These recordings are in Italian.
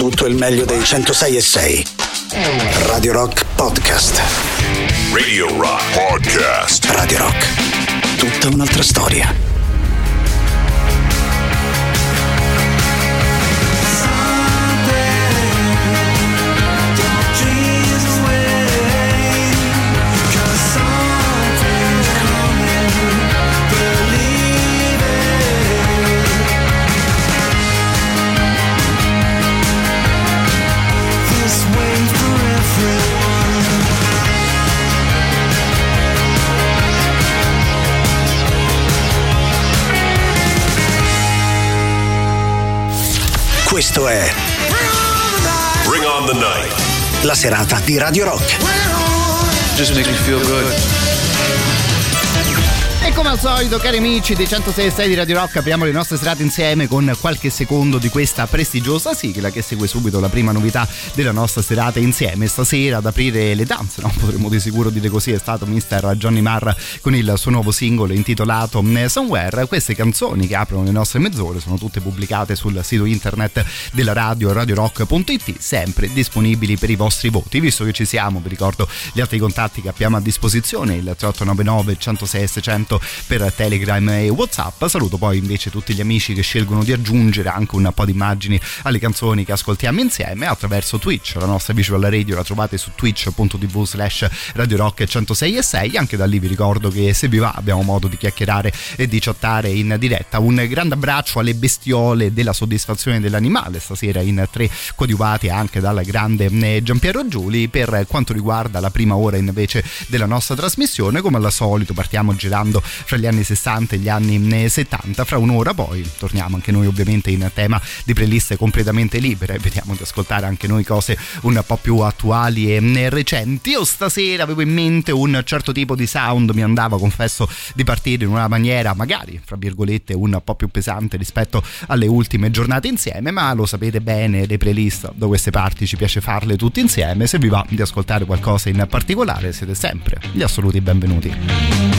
tutto il meglio dei 106.6. Radio Rock Podcast. Radio Rock Podcast. Radio Rock. Tutta un'altra storia. Questo è Bring on the Night. La serata di Radio Rock. Just makes me feel good. E come al solito, cari amici dei 106.6 di Radio Rock, apriamo le nostre serate insieme con qualche secondo di questa prestigiosa sigla che segue subito la prima novità della nostra serata insieme. Stasera ad aprire le danze, no? Potremmo di sicuro dire così, è stato Mr. Johnny Marr con il suo nuovo singolo intitolato Somewhere. Queste canzoni che aprono le nostre mezz'ore sono tutte pubblicate sul sito internet della radio, radiorock.it, sempre disponibili per i vostri voti. Visto che ci siamo, vi ricordo gli altri contatti che abbiamo a disposizione, il 3899 106 600 per Telegram e WhatsApp. Saluto poi invece tutti gli amici che scelgono di aggiungere anche un po' di immagini alle canzoni che ascoltiamo insieme attraverso Twitch. La nostra visual radio la trovate su twitch.tv/Radio Rock 106.6. Anche da lì vi ricordo che se vi va abbiamo modo di chiacchierare e di chattare in diretta. Un grande abbraccio alle bestiole della soddisfazione dell'animale, stasera in 3 coadiuvati anche dal grande Giampiero Giuli. Per quanto riguarda la prima ora invece della nostra trasmissione, come al solito partiamo girando fra gli anni 60 e gli anni 70. Fra un'ora poi torniamo anche noi ovviamente in tema di playlist completamente libere, vediamo di ascoltare anche noi cose un po' più attuali e recenti. Io stasera avevo in mente un certo tipo di sound, mi andava, confesso, di partire in una maniera magari fra virgolette un po' più pesante rispetto alle ultime giornate insieme, ma lo sapete bene, le playlist da queste parti ci piace farle tutti insieme. Se vi va di ascoltare qualcosa in particolare siete sempre gli assoluti benvenuti.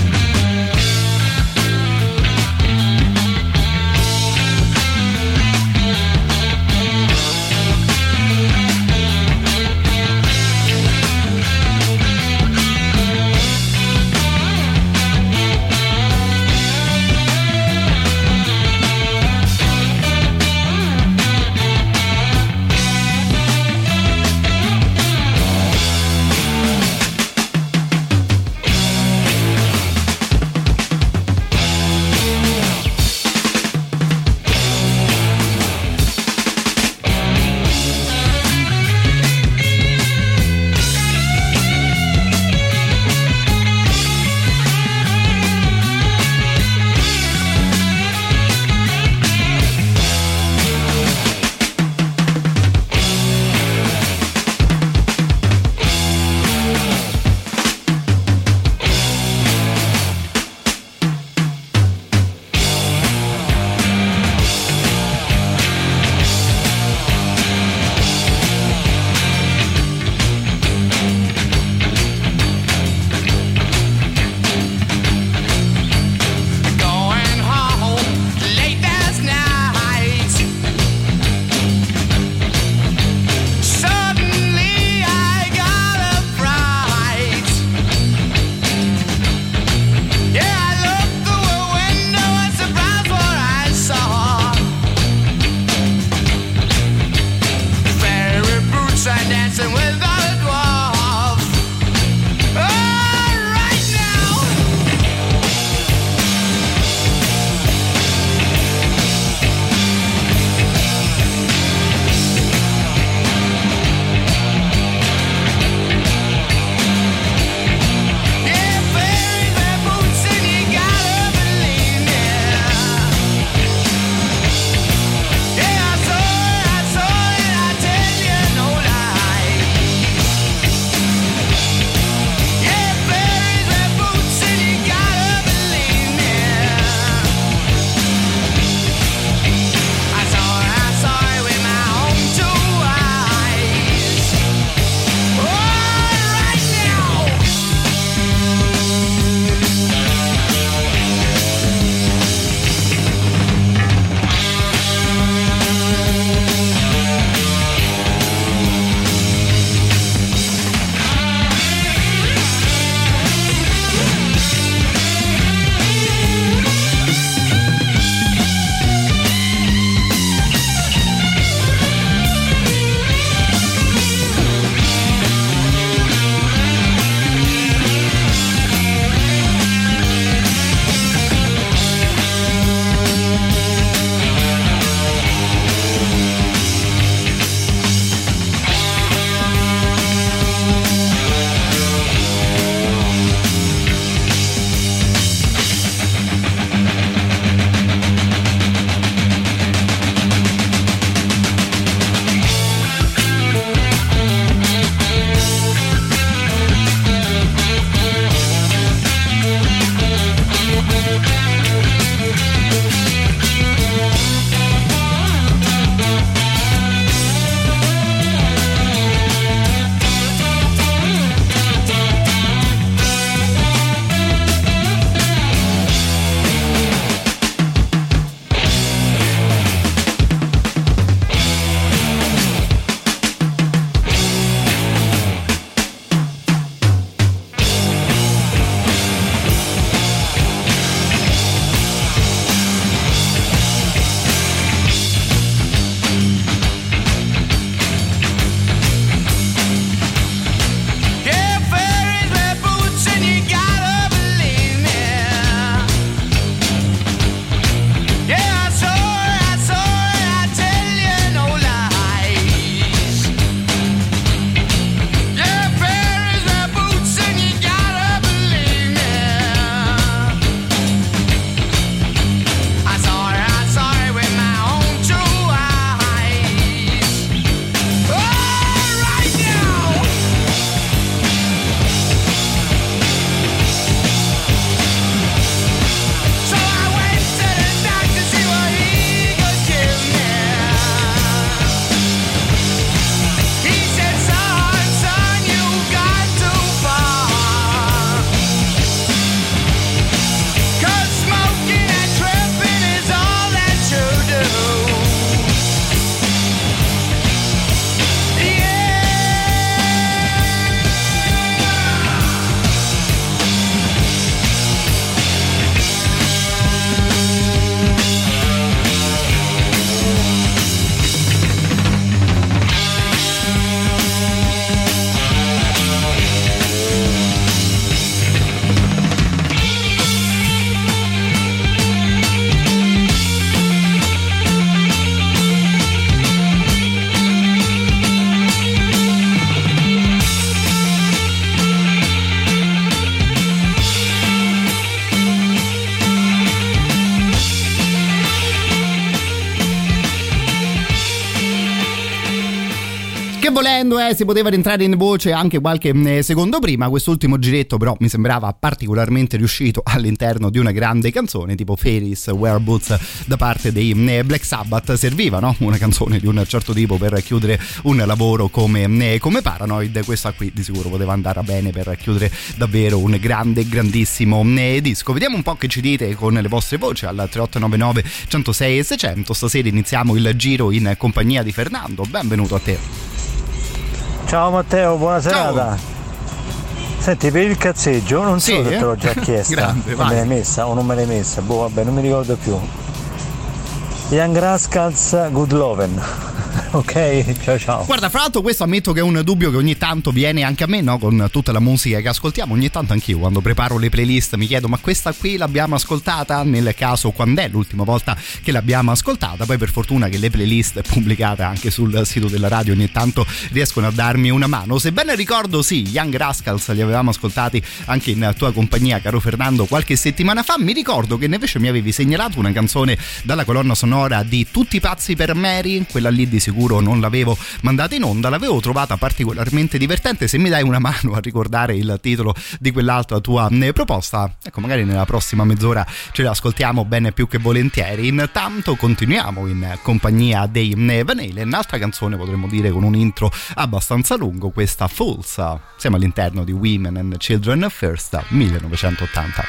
che volendo si poteva rientrare in voce anche qualche secondo prima. Quest'ultimo giretto però mi sembrava particolarmente riuscito all'interno di una grande canzone tipo Ferris Wear Boots da parte dei Black Sabbath. Serviva, no? Una canzone di un certo tipo per chiudere un lavoro come Paranoid. Questa qui di sicuro poteva andare bene per chiudere davvero un grandissimo disco. Vediamo un po' che ci dite con le vostre voci al 3899 106 e 600. Stasera iniziamo il giro in compagnia di Fernando. Benvenuto a te. Ciao Matteo, buona serata. Senti, per il cazzeggio non so se te l'ho già chiesta. Grande, me l'hai messa o non me l'hai messa? Boh, vabbè, non mi ricordo più. Young Rascals, Good Loven. Ok, ciao. Guarda, fra l'altro questo ammetto che è un dubbio che ogni tanto viene anche a me, no? Con tutta la musica che ascoltiamo, ogni tanto anch'io quando preparo le playlist mi chiedo: ma questa qui l'abbiamo ascoltata? Nel caso, quando è l'ultima volta che l'abbiamo ascoltata? Poi per fortuna che le playlist pubblicate anche sul sito della radio ogni tanto riescono a darmi una mano. Se ben ricordo, sì, Young Rascals li avevamo ascoltati anche in tua compagnia, caro Fernando, qualche settimana fa. Mi ricordo che invece mi avevi segnalato una canzone dalla colonna sonora di Tutti pazzi per Mary, quella lì di sicuro non l'avevo mandata in onda, l'avevo trovata particolarmente divertente. Se mi dai una mano a ricordare il titolo di quell'altra tua proposta, ecco, magari nella prossima mezz'ora ce l'ascoltiamo bene più che volentieri. Intanto continuiamo in compagnia dei Van Halen, altra canzone potremmo dire con un intro abbastanza lungo, questa Fools, siamo all'interno di Women and Children First, 1980.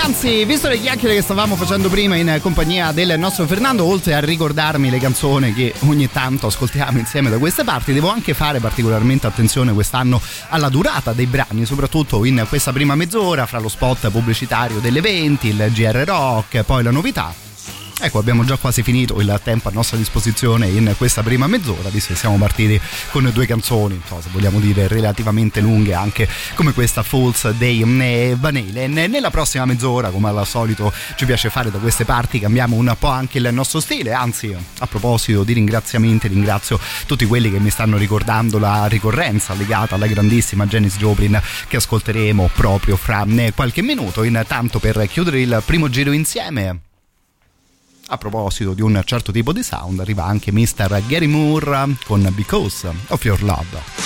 Anzi, visto le chiacchiere che stavamo facendo prima in compagnia del nostro Fernando, oltre a ricordarmi le canzoni che ogni tanto ascoltiamo insieme da queste parti, devo anche fare particolarmente attenzione quest'anno alla durata dei brani, soprattutto in questa prima mezz'ora, fra lo spot pubblicitario delle 20, il GR Rock, poi la novità. Ecco, abbiamo già quasi finito il tempo a nostra disposizione in questa prima mezz'ora, visto che siamo partiti con 2 canzoni, se vogliamo dire relativamente lunghe, anche come questa False dei Van Halen. Nella prossima mezz'ora, come al solito ci piace fare da queste parti, cambiamo un po' anche il nostro stile. Anzi, a proposito di ringraziamenti, ringrazio tutti quelli che mi stanno ricordando la ricorrenza legata alla grandissima Janis Joplin, che ascolteremo proprio fra qualche minuto. Intanto, per chiudere il primo giro insieme, a proposito di un certo tipo di sound, arriva anche Mr. Gary Moore con Because of Your Love.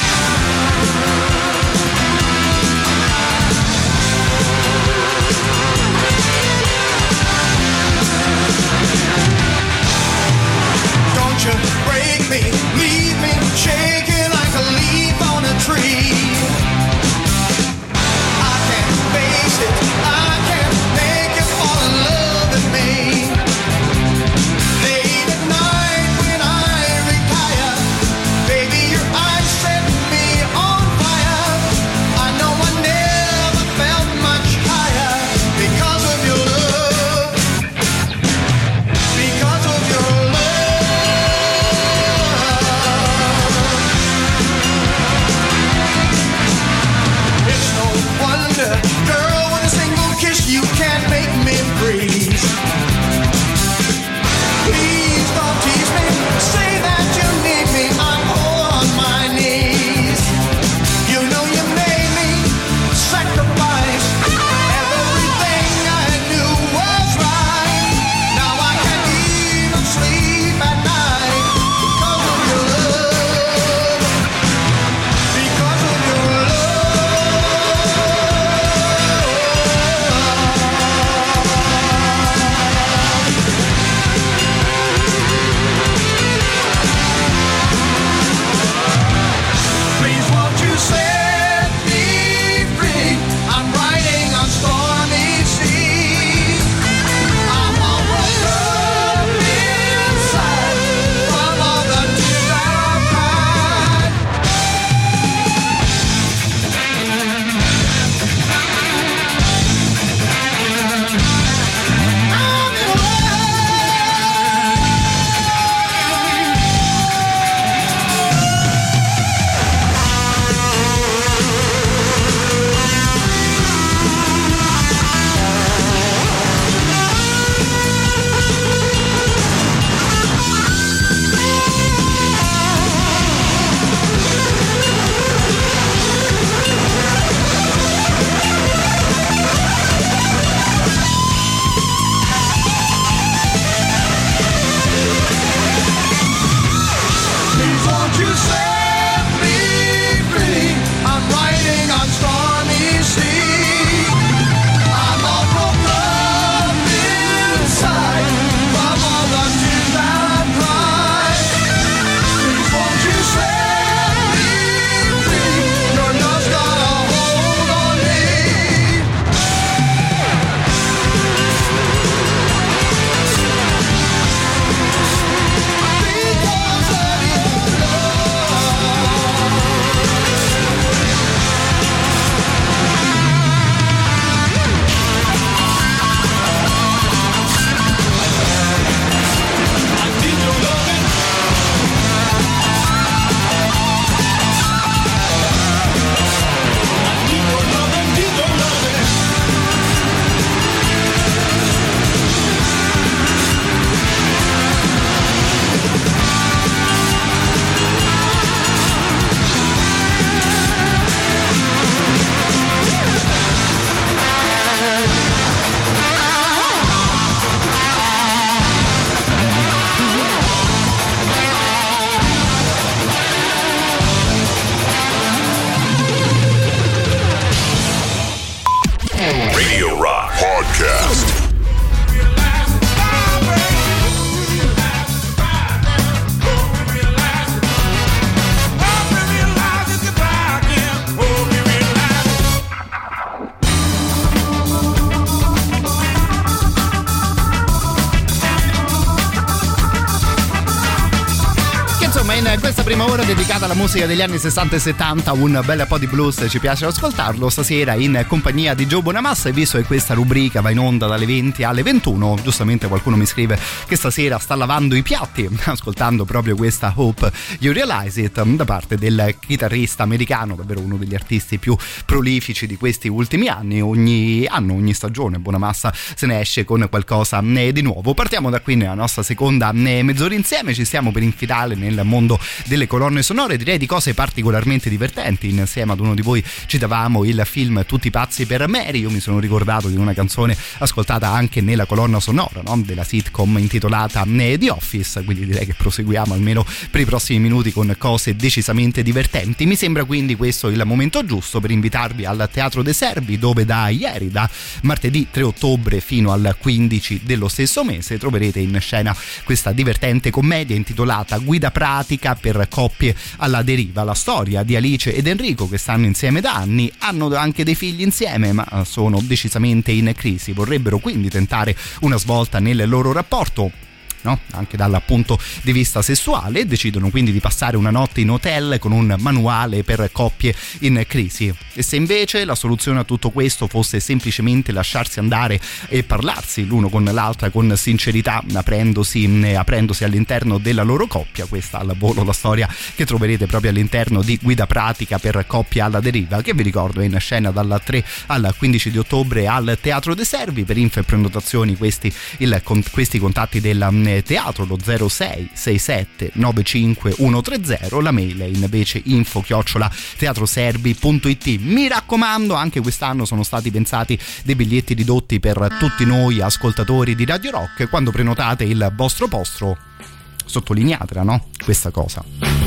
questa prima ora dedicata alla musica degli anni 60 e 70, un bel po' di blues, ci piace ascoltarlo stasera in compagnia di Joe Bonamassa. E visto che questa rubrica va in onda dalle 20 alle 21, giustamente qualcuno mi scrive che stasera sta lavando i piatti ascoltando proprio questa Hope You Realize It da parte del chitarrista americano, davvero uno degli artisti più prolifici di questi ultimi anni. Ogni anno, ogni stagione Bonamassa se ne esce con qualcosa di nuovo. Partiamo da qui nella nostra seconda mezz'ora insieme, ci stiamo per infilare nel mondo delle colonne sonore, direi di cose particolarmente divertenti. Insieme ad uno di voi citavamo il film Tutti pazzi per Mary, io mi sono ricordato di una canzone ascoltata anche nella colonna sonora, no? Della sitcom intitolata The Office, quindi direi che proseguiamo almeno per i prossimi minuti con cose decisamente divertenti. Mi sembra quindi questo il momento giusto per invitarvi al Teatro dei Servi, dove da ieri, da martedì 3 ottobre fino al 15 dello stesso mese, troverete in scena questa divertente commedia intitolata Guida pratica per coppie alla deriva. La storia di Alice ed Enrico, che stanno insieme da anni, hanno anche dei figli insieme, ma sono decisamente in crisi. Vorrebbero quindi tentare una svolta nel loro rapporto, no? Anche dal punto di vista sessuale, e decidono quindi di passare una notte in hotel con un manuale per coppie in crisi. E se invece la soluzione a tutto questo fosse semplicemente lasciarsi andare e parlarsi l'uno con l'altra con sincerità, aprendosi all'interno della loro coppia? Questa al volo la storia che troverete proprio all'interno di Guida pratica per coppie alla deriva, che vi ricordo è in scena dal 3 al 15 di ottobre al Teatro dei Servi. Per info e prenotazioni questi contatti del teatro, lo 06 67 95 130, la mail è invece info@teatroservi.it. Mi raccomando, anche quest'anno sono stati pensati dei biglietti ridotti per tutti noi ascoltatori di Radio Rock. Quando prenotate il vostro posto sottolineatela, no? Questa cosa.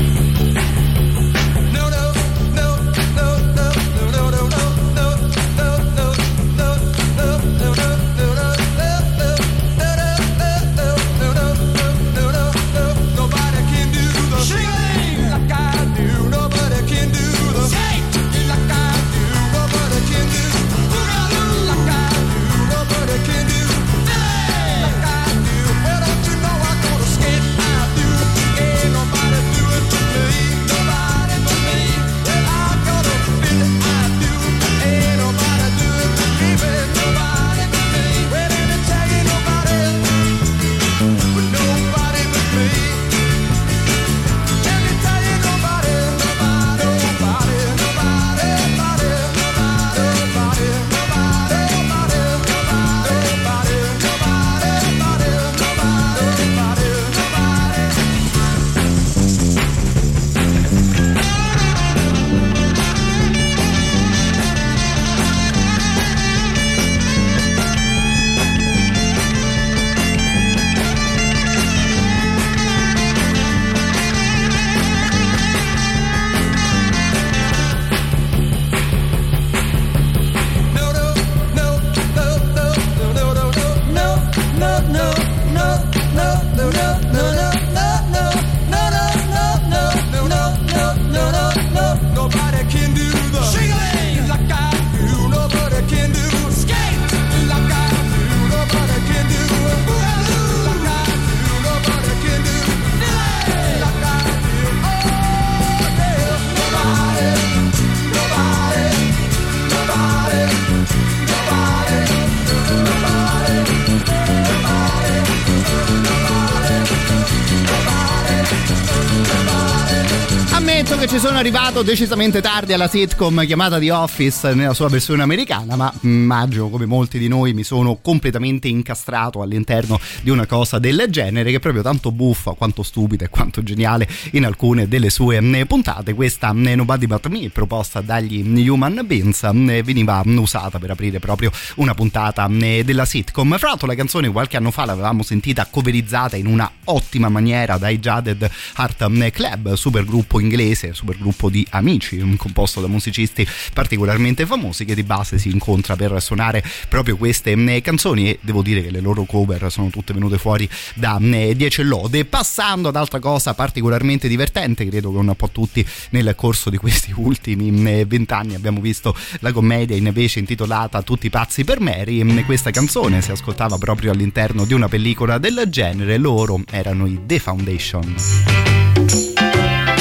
Che ci sono arrivato decisamente tardi alla sitcom chiamata The Office nella sua versione americana, ma immagino come molti di noi mi sono completamente incastrato all'interno di una cosa del genere, che è proprio tanto buffa quanto stupida e quanto geniale in alcune delle sue puntate. Questa Nobody But Me, proposta dagli Human Beings, veniva usata per aprire proprio una puntata della sitcom. Fra l'altro la canzone qualche anno fa l'avevamo sentita coverizzata in una ottima maniera dai Jaded Heart Club, supergruppo inglese, supergruppo di amici composto da musicisti particolarmente famosi, che di base si incontra per suonare proprio queste canzoni, e devo dire che le loro cover sono tutte venute fuori da 10 lode. Passando ad altra cosa particolarmente divertente, credo che un po' tutti nel corso di questi ultimi 20 anni abbiamo visto la commedia invece intitolata Tutti pazzi per Mary. Questa canzone si ascoltava proprio all'interno di una pellicola del genere, loro erano i The Foundation.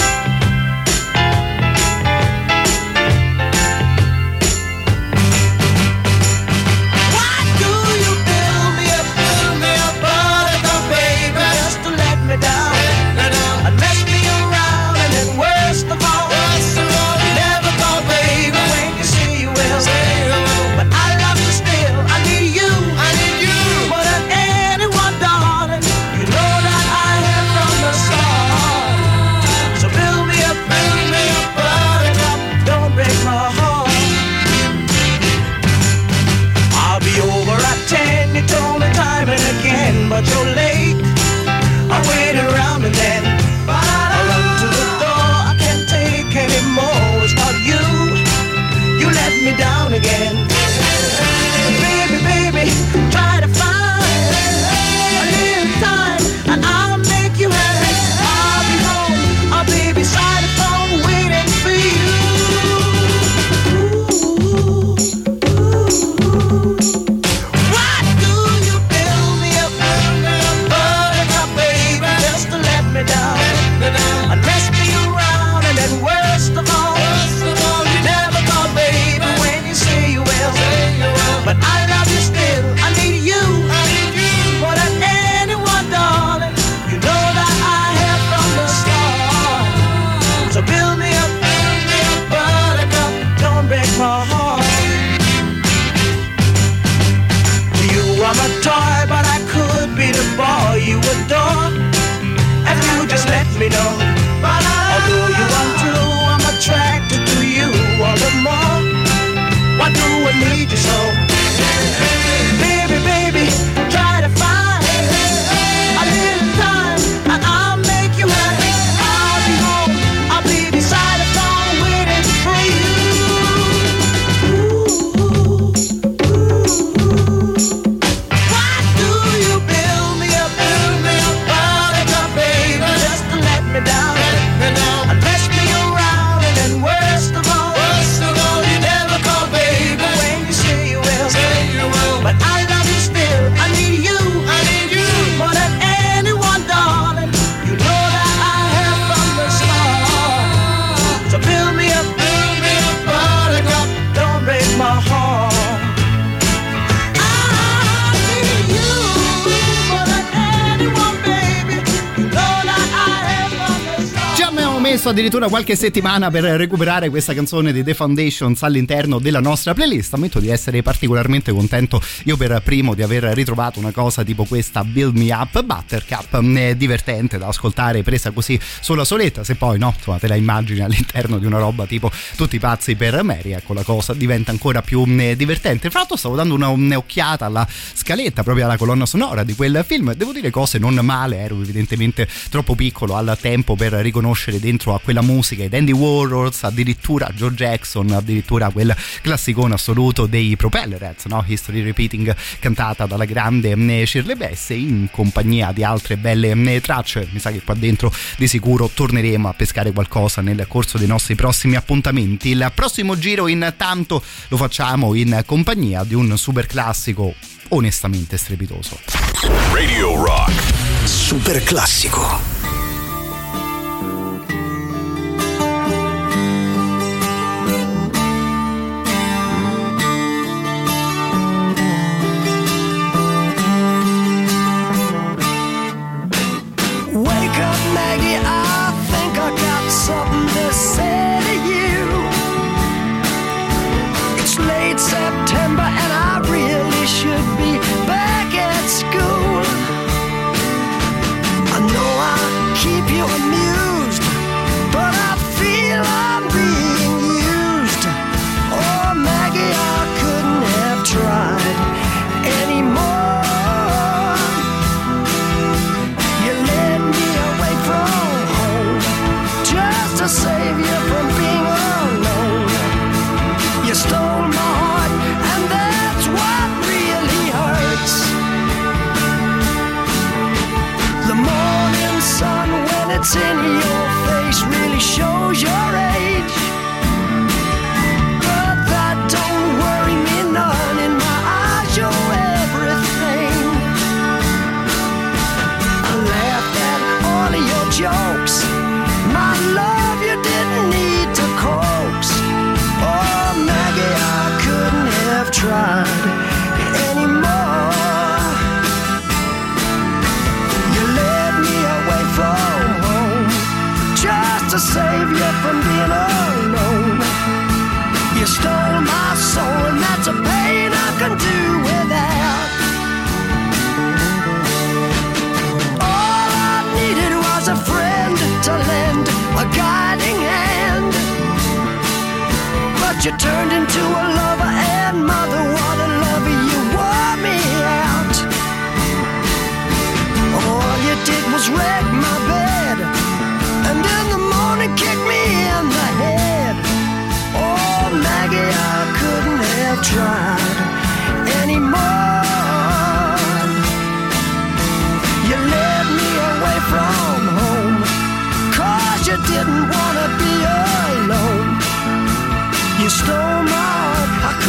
I'm a toy, but I could be the boy you adore. If you just let me know. Although you are true, I'm attracted to you all the more. Why do I need you so? Baby, baby, try to find a little time and I'll make you happy. I'll be home, I'll be beside the phone waiting for you. Why do you build me up, buttercup, baby, just to let me down? And mess me around, and then worst of all, you never call, baby, when you say you will. But I love you still, I need you more than anyone, darling. You know that I have from the start. So build me up, buttercup, don't break my heart. I need you more than anyone, baby. You know that I have from the start. Ci abbiamo messo addirittura qualche settimana per recuperare questa canzone di The Foundations all'interno della nostra playlist. Ammetto di essere particolarmente contento io per primo di aver ritrovato una cosa tipo questa Build Me Up Buttercup, divertente da ascoltare, presa così sola soletta. Se poi no, insomma, te la immagini all'interno di una roba tipo Tutti pazzi per Mary, ecco, la cosa diventa ancora più divertente. Tra l'altro stavo dando un'occhiata alla scaletta, proprio alla colonna sonora di quel film, devo dire cose non male. Ero evidentemente troppo piccolo al tempo per riconoscere dentro a quella musica ed Andy Warhols, addirittura George Jackson, addirittura quel classicone assoluto dei Propellerheads, no? History Repeating, cantata dalla grande Shirley Bassey in compagnia di altre belle tracce. Mi sa che qua dentro di sicuro torneremo a pescare qualcosa nel corso dei nostri prossimi appuntamenti. Il prossimo giro intanto lo facciamo in compagnia di un super classico onestamente strepitoso. Radio Rock. Super classico. Something to say to you. It's late September and I really should be back at school. I know I keep you amused, but I feel I'm being used. Oh Maggie, I couldn't have tried anymore. You led me away from home just to save you from being alone. You stole my heart, and that's what really hurts. The morning sun, when it's in your face, really shows your age. But that don't worry me none. In my eyes, you're everything. I laughed at all of your jokes. My love, you didn't need to coax. Oh, Maggie, I couldn't have tried anymore. You led me away from home just to save you from being alone. You stole my soul, and that's a pain I can do without. All I needed was a friend to lend a guiding hand, but you turned into a lover and mother. What a lover, you wore me out. All you did was wreck my bed, and in the morning kick me in the head. Oh Maggie, I couldn't have tried anymore. You led me away from home, 'cause you didn't wanna be alone. You stole my heart, I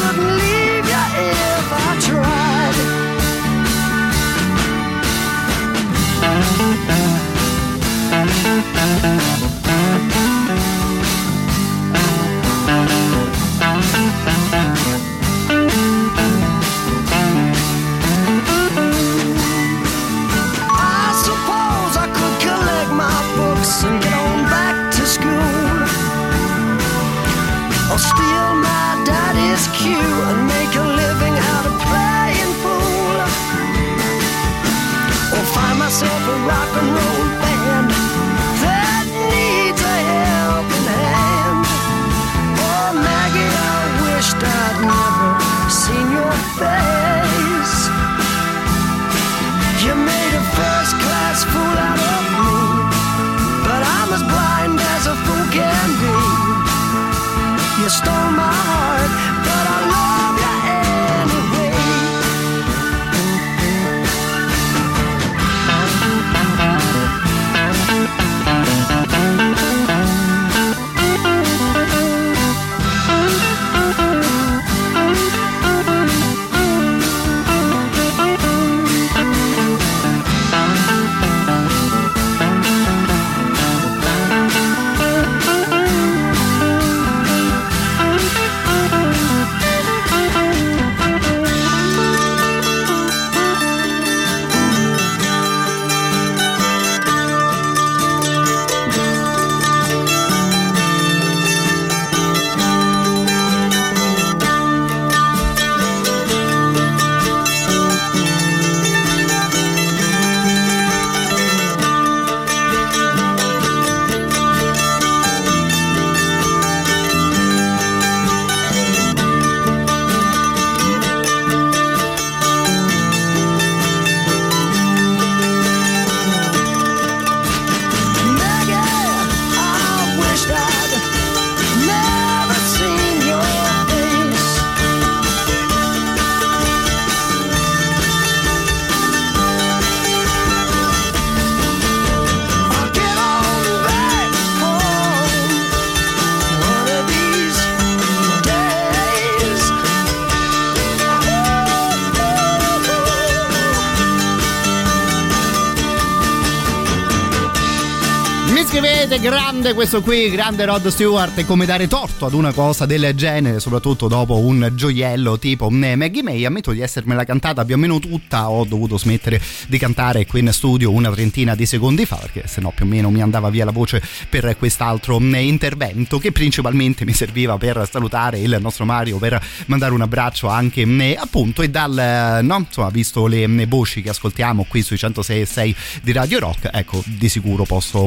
scrivete, grande questo qui, grande Rod Stewart, e come dare torto ad una cosa del genere, soprattutto dopo un gioiello tipo Maggie May. Ammetto di essermela cantata più o meno tutta, ho dovuto smettere di cantare qui in studio una trentina di secondi fa, perché sennò più o meno mi andava via la voce per quest'altro intervento, che principalmente mi serviva per salutare il nostro Mario, per mandare un abbraccio anche appunto, e insomma, visto le voci che ascoltiamo qui sui 106.6 di Radio Rock, ecco, di sicuro posso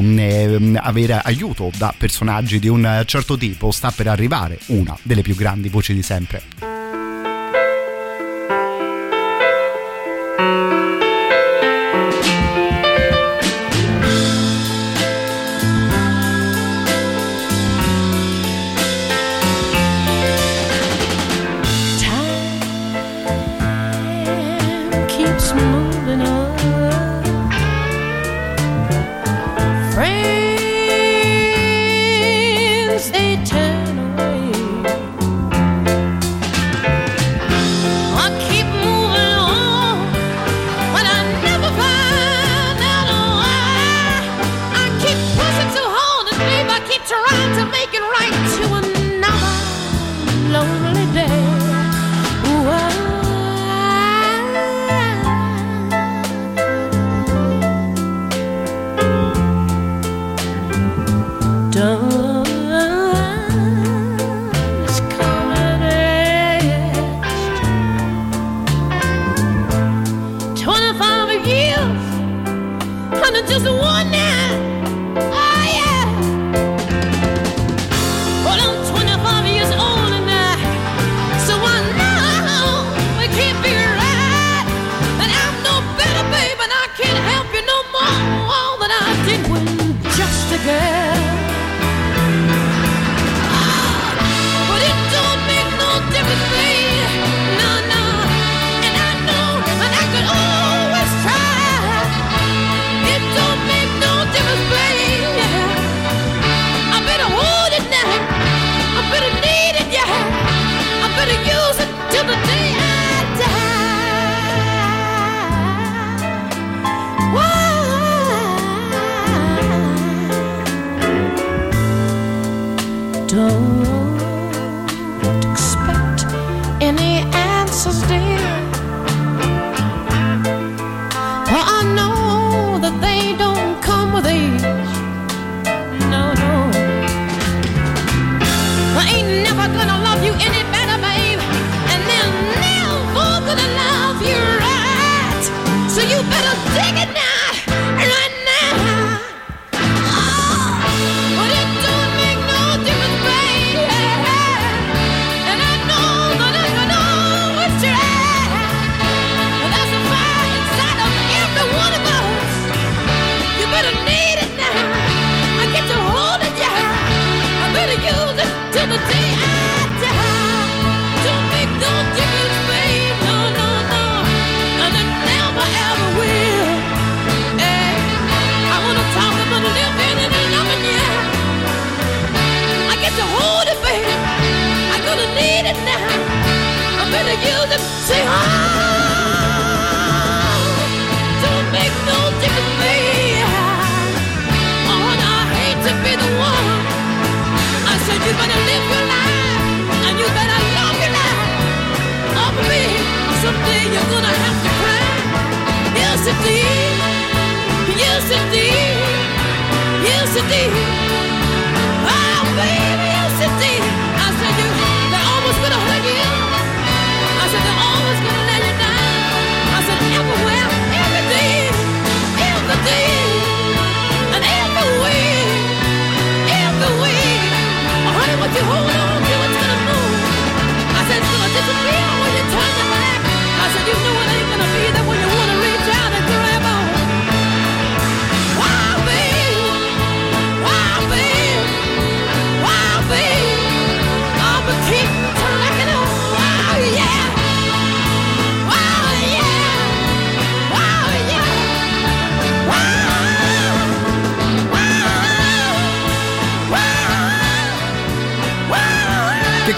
avere aiuto da personaggi di un certo tipo. Sta per arrivare una delle più grandi voci di sempre. Disappear when you turn your back. I said, you know it ain't gonna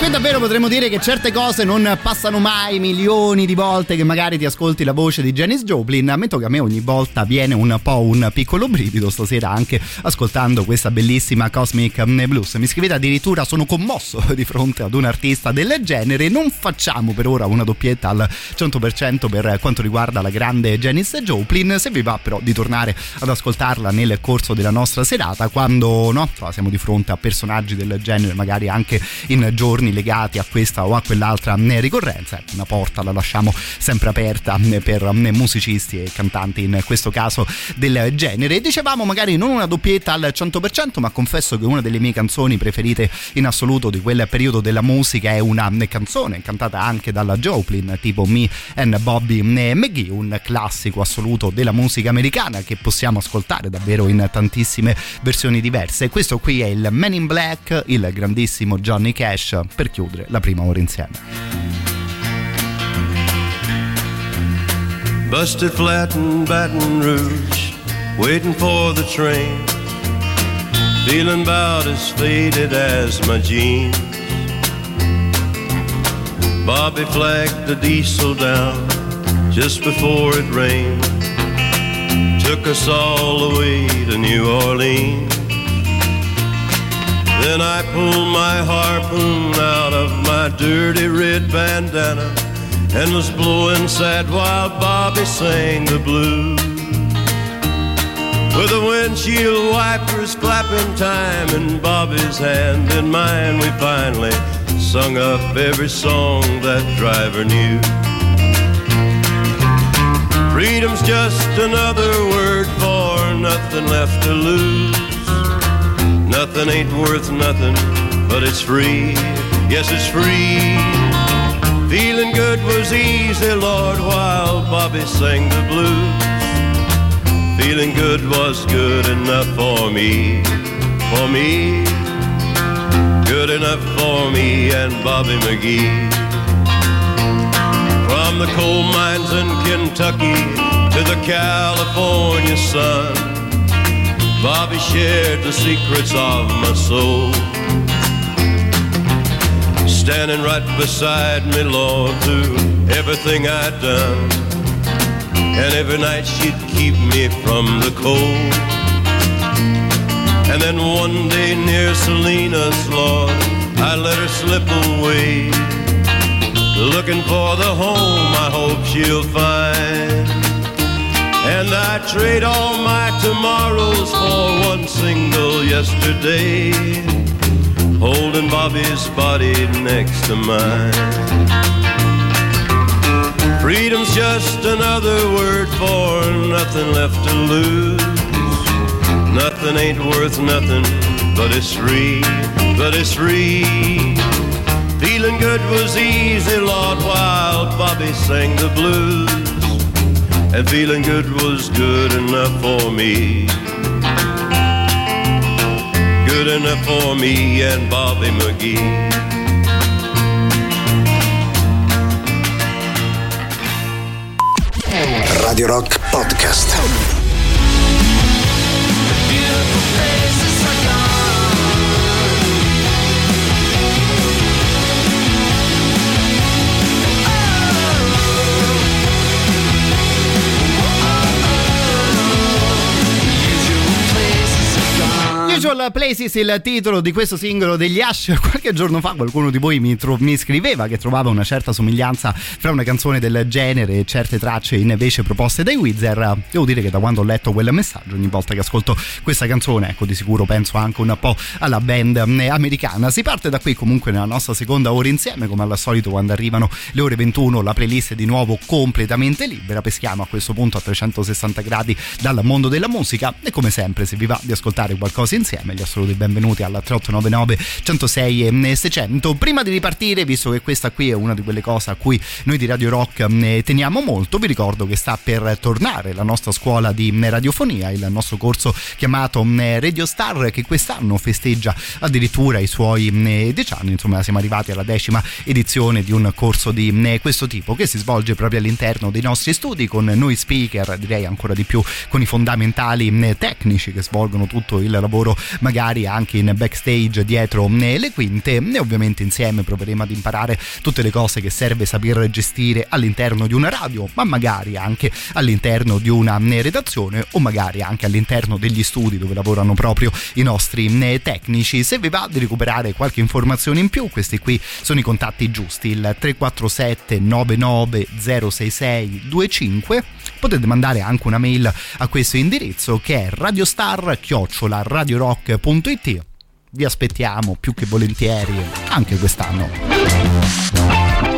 qui davvero potremmo dire che certe cose non passano mai milioni di volte che magari ti ascolti la voce di Janis Joplin. Ammetto che a me ogni volta viene un po' un piccolo brivido, stasera anche ascoltando questa bellissima Cosmic Blues. Mi scrivete addirittura: sono commosso di fronte ad un artista del genere. Non facciamo per ora una doppietta al 100% per quanto riguarda la grande Janis Joplin. Se vi va però di tornare ad ascoltarla nel corso della nostra serata, quando no, siamo di fronte a personaggi del genere, magari anche in giorni legati a questa o a quell'altra ricorrenza, una porta la lasciamo sempre aperta per musicisti e cantanti in questo caso del genere. Dicevamo magari non una doppietta al 100%, ma confesso che una delle mie canzoni preferite in assoluto di quel periodo della musica è una canzone cantata anche dalla Joplin, tipo Me and Bobby McGee, un classico assoluto della musica americana che possiamo ascoltare davvero in tantissime versioni diverse. Questo qui è il Man in Black, il grandissimo Johnny Cash, per chiudere la prima ora insieme. Busted flat in Baton Rouge, waiting for the train, feeling about as faded as my jeans. Bobby flagged the diesel down just before it rained, took us all the way to New Orleans. Then I pulled my harpoon out of my dirty red bandana and was blowing sad while Bobby sang the blues. With the windshield wipers flapping time in Bobby's hand and mine, we finally sung up every song that driver knew. Freedom's just another word for nothing left to lose. Nothing ain't worth nothing, but it's free. Yes, it's free. Feeling good was easy, Lord, while Bobby sang the blues. Feeling good was good enough for me, for me. Good enough for me and Bobby McGee. From the coal mines in Kentucky to the California sun, Bobby shared the secrets of my soul. Standing right beside me, Lord, through everything I'd done. And every night she'd keep me from the cold. And then one day near Salinas, Lord, I let her slip away, looking for the home I hope she'll find. And I trade all my tomorrows for one single yesterday, holding Bobby's body next to mine. Freedom's just another word for nothing left to lose. Nothing ain't worth nothing, but it's free, but it's free. Feeling good was easy, Lord, while Bobby sang the blues. And feeling good was good enough for me. Good enough for me and Bobby McGee. Radio Rock Podcast. Usual Places, il titolo di questo singolo degli Ash. Qualche giorno fa qualcuno di voi mi scriveva che trovava una certa somiglianza fra una canzone del genere e certe tracce invece proposte dai Weezer. Devo dire che da quando ho letto quel messaggio, ogni volta che ascolto questa canzone, ecco, di sicuro penso anche un po' alla band americana. Si parte da qui comunque nella nostra seconda ora insieme, come al solito quando arrivano le ore 21 la playlist è di nuovo completamente libera. Peschiamo a questo punto a 360 gradi dal mondo della musica e come sempre, se vi va di ascoltare qualcosa insieme, gli assoluti benvenuti alla 3899 106 e 600. Prima di ripartire, visto che questa qui è una di quelle cose a cui noi di Radio Rock teniamo molto, vi ricordo che sta per tornare la nostra scuola di radiofonia, il nostro corso chiamato Radio Star, che quest'anno festeggia addirittura i suoi 10 anni. Insomma, siamo arrivati alla 10ª edizione di un corso di questo tipo, che si svolge proprio all'interno dei nostri studi con noi speaker, direi ancora di più con i fondamentali tecnici che svolgono tutto il lavoro magari anche in backstage dietro le quinte, e ovviamente insieme proveremo ad imparare tutte le cose che serve saper gestire all'interno di una radio, ma magari anche all'interno di una redazione o magari anche all'interno degli studi dove lavorano proprio i nostri tecnici. Se vi va di recuperare qualche informazione in più, questi qui sono i contatti giusti: il 347 99 066 25. Potete mandare anche una mail a questo indirizzo che è radiostar@radiorock.it. Vi aspettiamo più che volentieri anche quest'anno.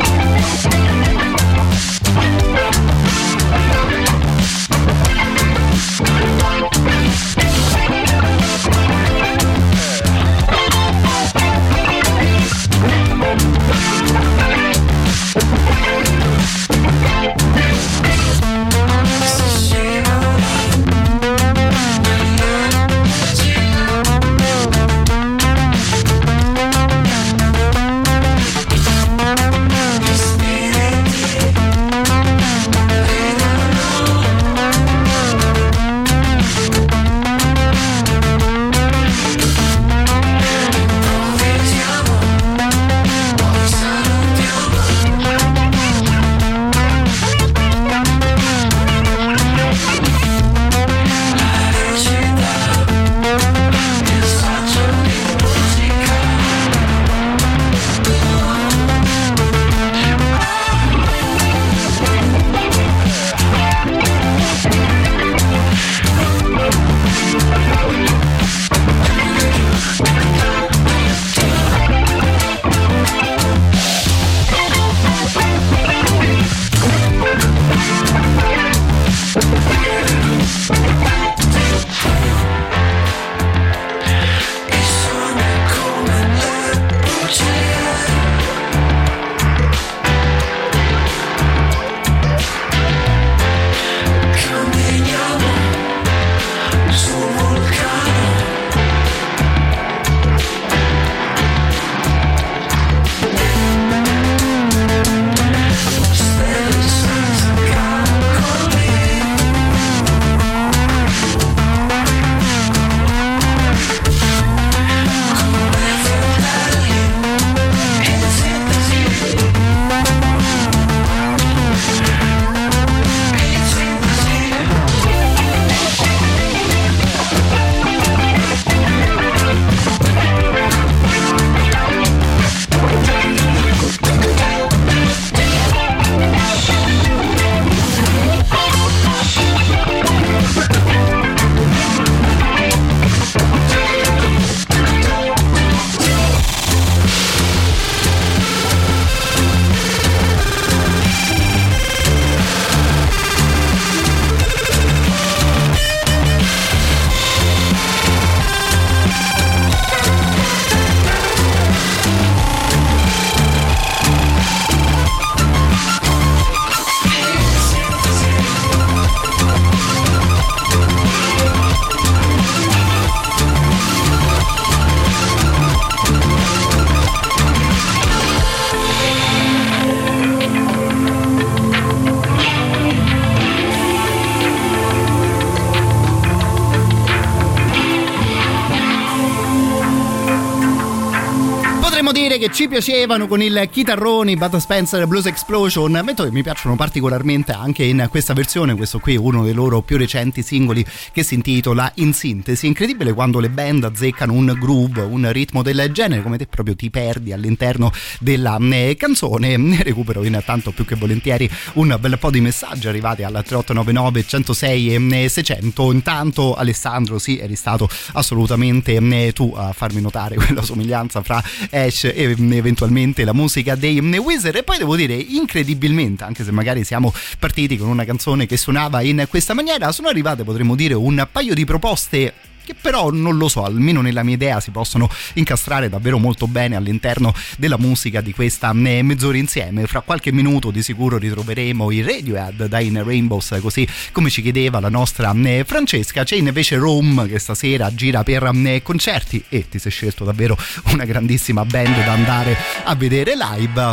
Che ci piacevano con il chitarrone Bud Spencer Blues Explosion, mentre mi piacciono particolarmente anche in questa versione. Questo qui è uno dei loro più recenti singoli che si intitola In Sintesi. Incredibile quando le band azzeccano un groove, un ritmo del genere, come te proprio ti perdi all'interno della canzone. Ne recupero intanto più che volentieri un bel po' di messaggi arrivati al 3899 106 e 600. Intanto Alessandro, sì, eri stato assolutamente tu a farmi notare quella somiglianza fra Ash e eventualmente la musica dei Weezer. E poi devo dire, incredibilmente, anche se magari siamo partiti con una canzone che suonava in questa maniera, sono arrivate, potremmo dire, un paio di proposte che però non lo so, almeno nella mia idea si possono incastrare davvero molto bene all'interno della musica di questa mezz'ora insieme. Fra qualche minuto di sicuro ritroveremo i Radiohead da In Rainbows, così come ci chiedeva la nostra Francesca. C'è invece Rome che stasera gira per concerti e ti sei scelto davvero una grandissima band da andare a vedere live.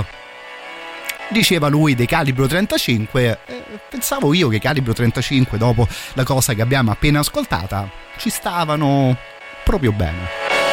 Diceva lui dei Calibro 35, pensavo io che Calibro 35, dopo la cosa che abbiamo appena ascoltata, ci stavano proprio bene.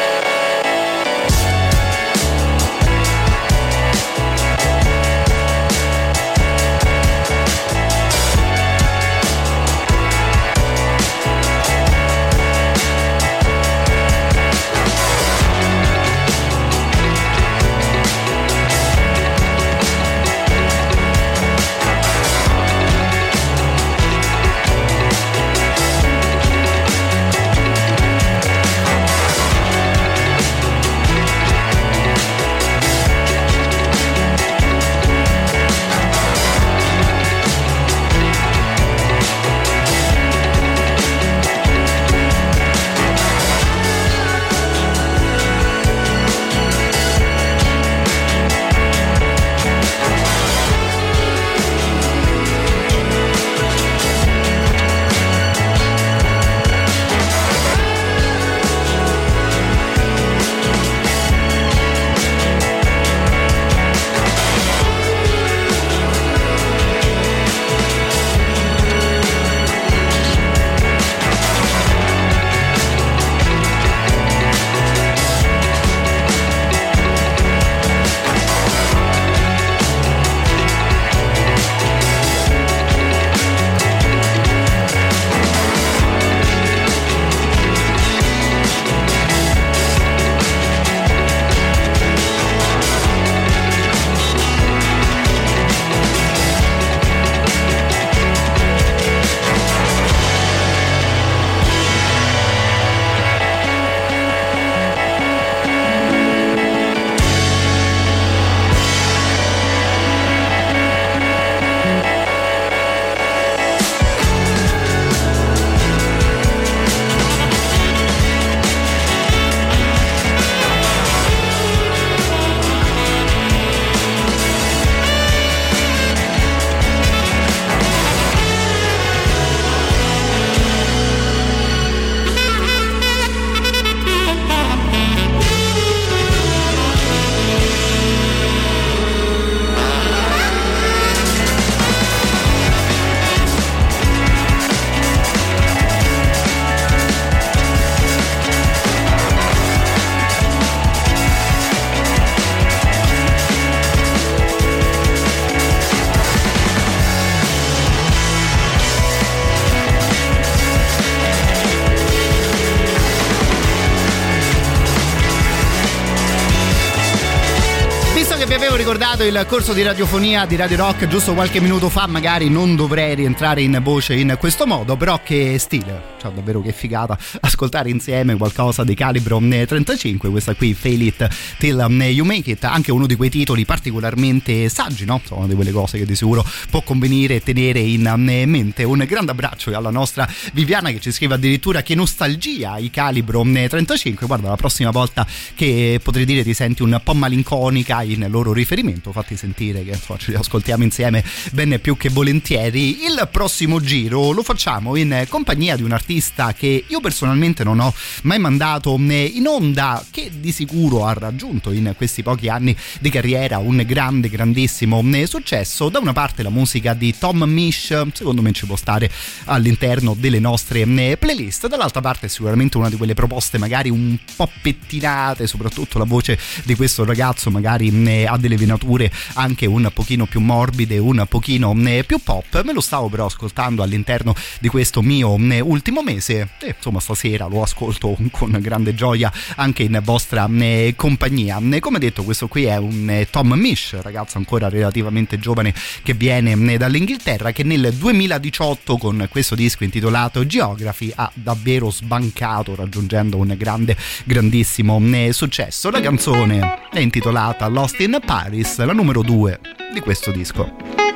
Ricordato il corso di radiofonia di Radio Rock giusto qualche minuto fa, magari non dovrei rientrare in voce in questo modo, però che stile, cioè davvero che figata ascoltare insieme qualcosa di calibro 35, questa qui Fail It Till You Make It, anche uno di quei titoli particolarmente saggi, no? Sono una di quelle cose che di sicuro può convenire e tenere in mente. Un grande abbraccio alla nostra Viviana che ci scrive addirittura che nostalgia i calibro 35, guarda la prossima volta che potrei dire ti senti un po' malinconica in loro riferimento, fatti sentire che insomma ce li ascoltiamo insieme ben più che volentieri. Il prossimo giro lo facciamo in compagnia di un artista che io personalmente non ho mai mandato in onda, che di sicuro ha raggiunto in questi pochi anni di carriera un grandissimo successo. Da una parte la musica di Tom Misch, secondo me ci può stare all'interno delle nostre playlist, dall'altra parte è sicuramente una di quelle proposte magari un po' pettinate, soprattutto la voce di questo ragazzo magari ha delle venature anche un pochino più morbide, un pochino più pop. Me lo stavo però ascoltando all'interno di questo mio ultimo mese e insomma stasera lo ascolto con grande gioia anche in vostra compagnia. Come detto, questo qui è un Tom Misch, ragazzo ancora relativamente giovane che viene dall'Inghilterra, che nel 2018 con questo disco intitolato Geography ha davvero sbancato, raggiungendo un grandissimo successo. La canzone è intitolata Lost in Paris, la numero 2 di questo disco.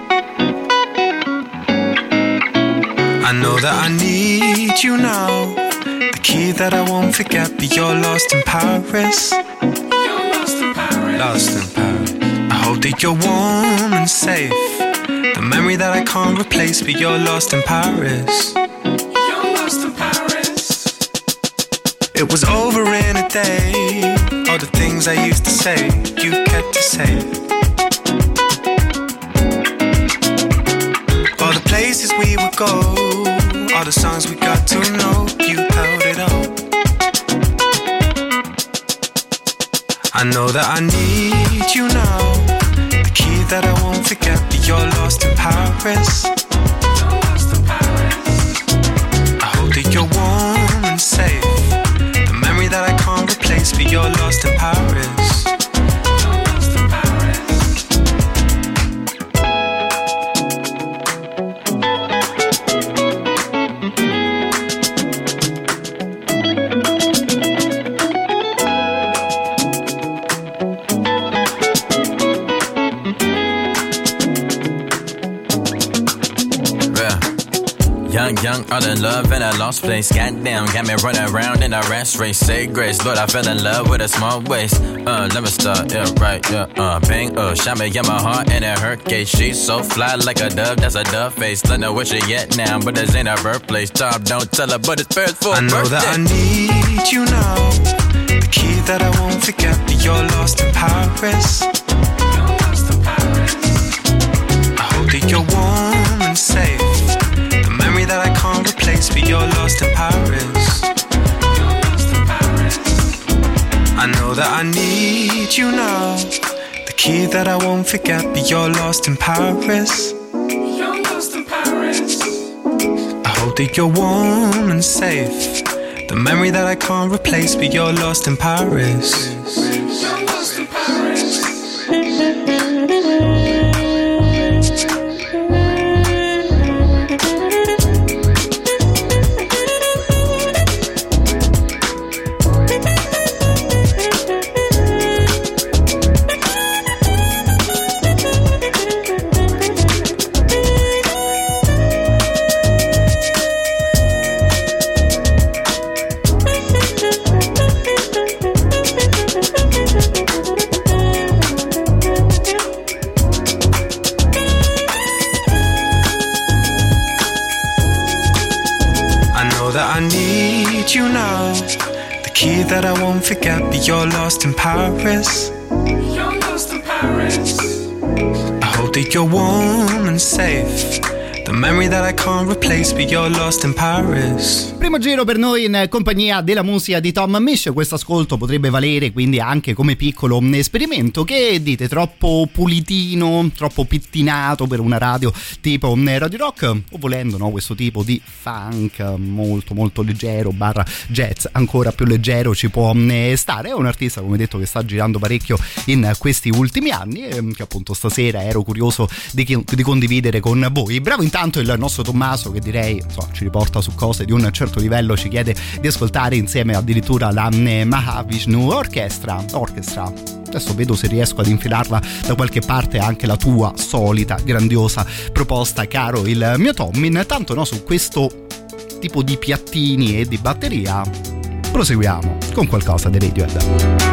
I know that I need you now, the key that I won't forget, but you're lost in Paris. You're lost in Paris. Lost in Paris. I hope that you're warm and safe, the memory that I can't replace, but you're lost in Paris. You're lost in Paris. It was over in a day, all the things I used to say, you kept to say. All the places we would go, all the songs we got to know, you held it up. I know that I need you now. The key that I won't forget, but you're lost in Paris. I hope that you're warm and safe. The memory that I can't replace, but you're lost in Paris. Young, all in love in a lost place. Goddamn, got me running around in a rat race. Say grace, Lord, I fell in love with a small waist. Let me start, yeah, right, yeah, bang, shot me in my heart and it hurt case. She's so fly like a dove, that's a dove face. Don't know where she at now, but this ain't her birthplace. Tom, don't tell her, but it's first for I know birthday. that I need you now. The key that I won't forget, but you're lost in Paris. I hope that you're warm and safe. That I can't replace, but you're lost in Paris. I know that I need you now. The key that I won't forget, but you're lost in Paris. You're lost in Paris. I hope that you're warm and safe. The memory that I can't replace, but you're lost in Paris. You're lost in Paris. I need you now. The key that I won't forget, but you're lost in Paris. You're lost in Paris. I hope that you're warm and safe. The memory that I can't replace, but you're lost in Paris. Primo giro per noi in compagnia della musica di Tom Misch. Questo ascolto potrebbe valere quindi anche come piccolo esperimento. Che dite, troppo pulitino, troppo pittinato per una radio tipo Radio Rock? O volendo, no, questo tipo di funk molto molto leggero barra jazz ancora più leggero ci può stare. È un artista, come detto, che sta girando parecchio in questi ultimi anni e che appunto stasera ero curioso di condividere con voi. Bravo intanto il nostro Tommaso, che direi ci riporta su cose di un certo livello, ci chiede di ascoltare insieme addirittura la Mahavishnu Orchestra. Adesso vedo se riesco ad infilarla da qualche parte anche la tua solita grandiosa proposta, caro il mio Tommy. Intanto, no, su questo tipo di piattini e di batteria proseguiamo con qualcosa di Radiohead.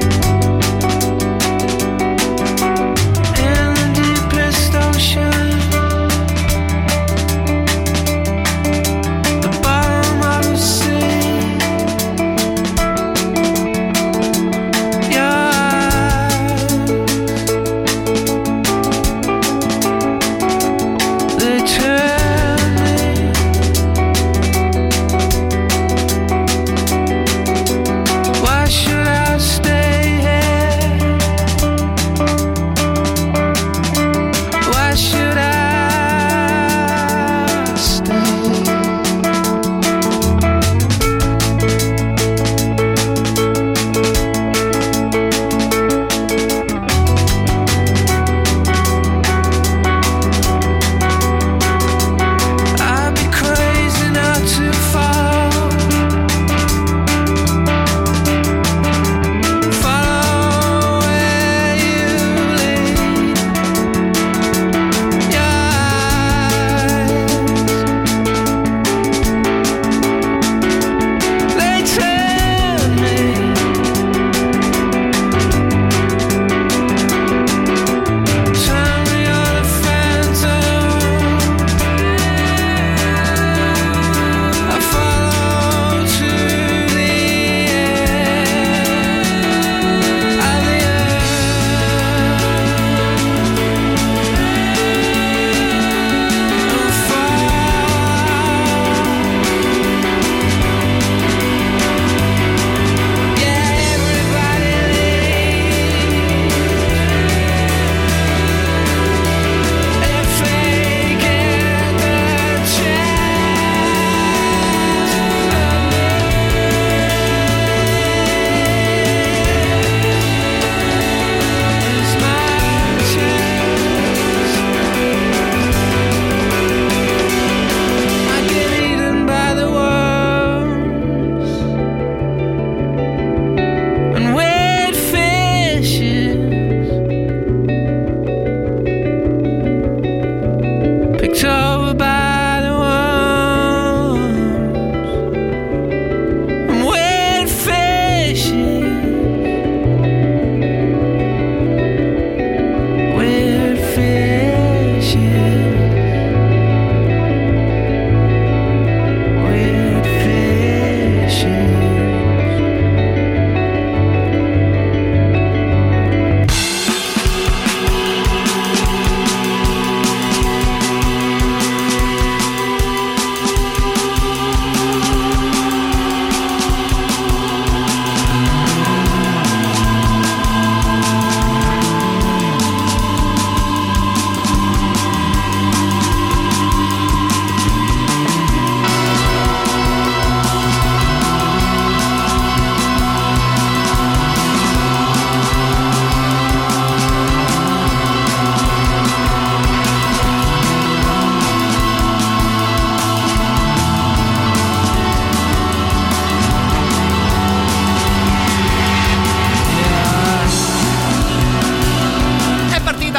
In the deepest ocean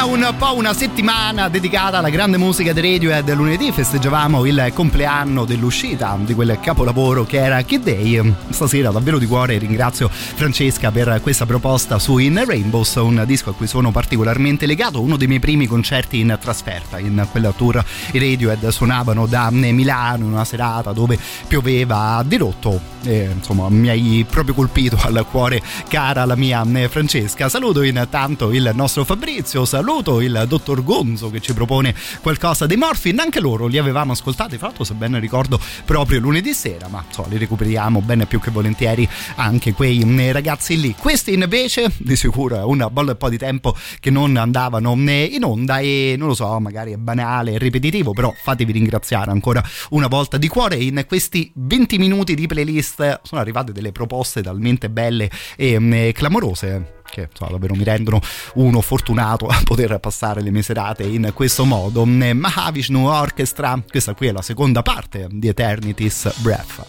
Era un po' una settimana dedicata alla grande musica di Radiohead. Lunedì festeggiavamo il compleanno dell'uscita di quel capolavoro che era Kid Day. Stasera davvero di cuore ringrazio Francesca per questa proposta su In Rainbows, un disco a cui sono particolarmente legato, uno dei miei primi concerti in trasferta. In quella tour i Radiohead suonavano da Milano in una serata dove pioveva a dirotto e insomma mi hai proprio colpito al cuore, cara la mia Francesca. Saluto intanto il nostro Fabrizio, saluto il dottor Gonzo che ci propone qualcosa dei Morphin. Anche loro li avevamo ascoltati, fra l'altro se ben ricordo proprio lunedì sera, ma so, li recuperiamo bene più che volentieri anche quei ragazzi lì. Questi invece di sicuro è un bel po' di tempo che non andavano in onda e non lo so, magari è banale, è ripetitivo, però fatevi ringraziare ancora una volta di cuore. In questi 20 minuti di playlist sono arrivate delle proposte talmente belle e clamorose che davvero mi rendono uno fortunato a poter passare le mie serate in questo modo. Mahavishnu Orchestra, questa qui è la seconda parte di Eternity's Breath.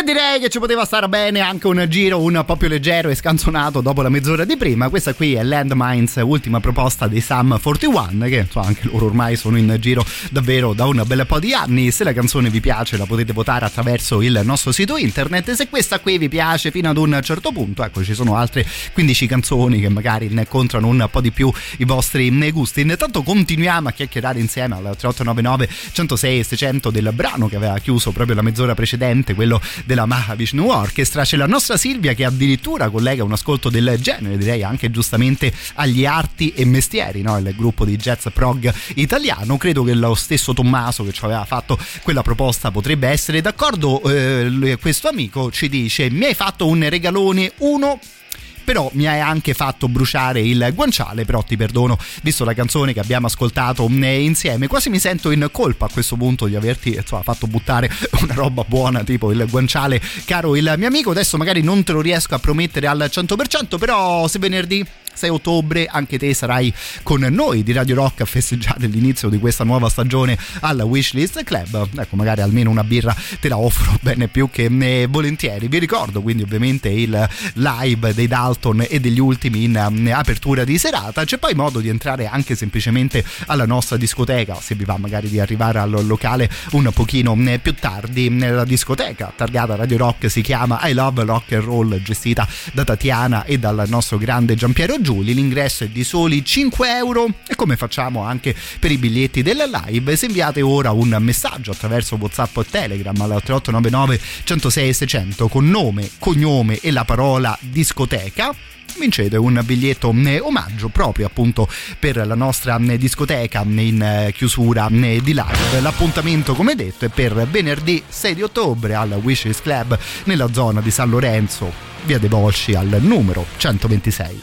direi che ci poteva stare bene anche un giro un po' più leggero e scanzonato dopo la mezz'ora di prima. Questa qui è Landmines, ultima proposta dei Sum 41, che insomma anche loro ormai sono in giro davvero da un bel po' di anni. Se la canzone vi piace la potete votare attraverso il nostro sito internet, se questa qui vi piace fino ad un certo punto, ecco, ci sono altre 15 canzoni che magari ne incontrano un po' di più i vostri gusti. Intanto continuiamo a chiacchierare insieme al 3899 106 600 del brano che aveva chiuso proprio la mezz'ora precedente, quello della Mahavishnu Orchestra. C'è la nostra Silvia che addirittura collega un ascolto del genere, direi anche giustamente agli Arti e Mestieri, no? Il gruppo di jazz prog italiano. Credo che lo stesso Tommaso che ci aveva fatto quella proposta potrebbe essere d'accordo. Questo amico ci dice: mi hai fatto un regalone, uno, però mi hai anche fatto bruciare il guanciale, però ti perdono visto la canzone che abbiamo ascoltato insieme. Quasi mi sento in colpa a questo punto di averti fatto buttare una roba buona tipo il guanciale, caro il mio amico. Adesso magari non te lo riesco a promettere al 100%, però se venerdì 6 ottobre anche te sarai con noi di Radio Rock a festeggiare l'inizio di questa nuova stagione al Wishlist Club, ecco, magari almeno una birra te la offro bene più che volentieri. Vi ricordo quindi ovviamente il live dei Dalton e degli Ultimi in apertura di serata. C'è poi modo di entrare anche semplicemente alla nostra discoteca, se vi va magari di arrivare al locale un pochino più tardi. La discoteca targata Radio Rock si chiama I Love Rock and Roll, gestita da Tatiana e dal nostro grande Giampiero Giuli. L'ingresso è di soli 5 euro e come facciamo anche per i biglietti del live, se inviate ora un messaggio attraverso WhatsApp o Telegram al 3899 106 600 con nome, cognome e la parola discoteca, vincete un biglietto omaggio proprio appunto per la nostra discoteca in chiusura di live. L'appuntamento, come detto, è per venerdì 6 di ottobre al Wishes Club nella zona di San Lorenzo, via dei Volsci al numero 126.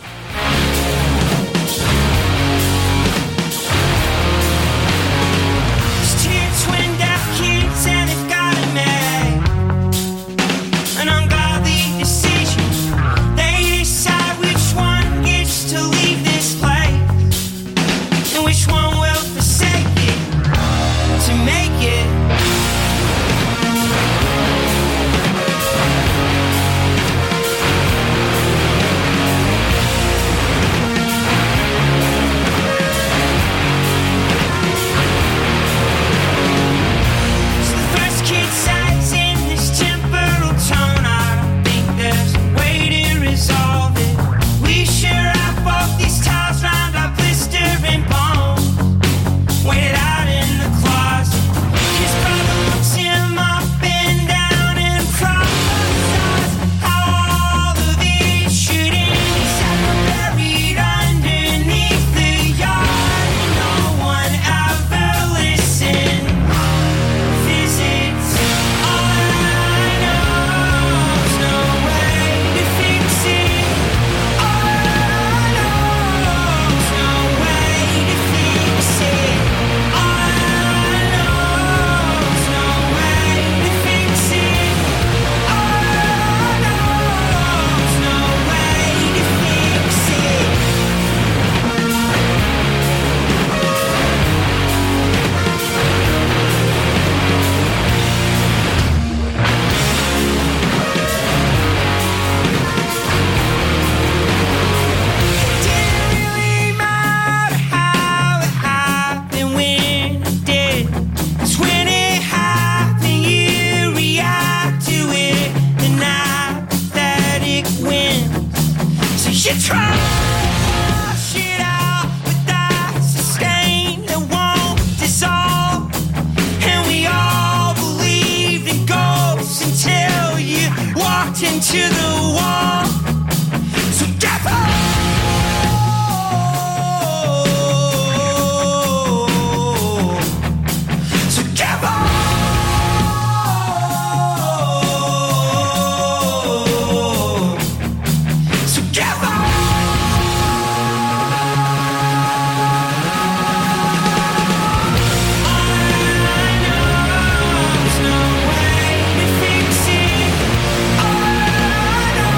I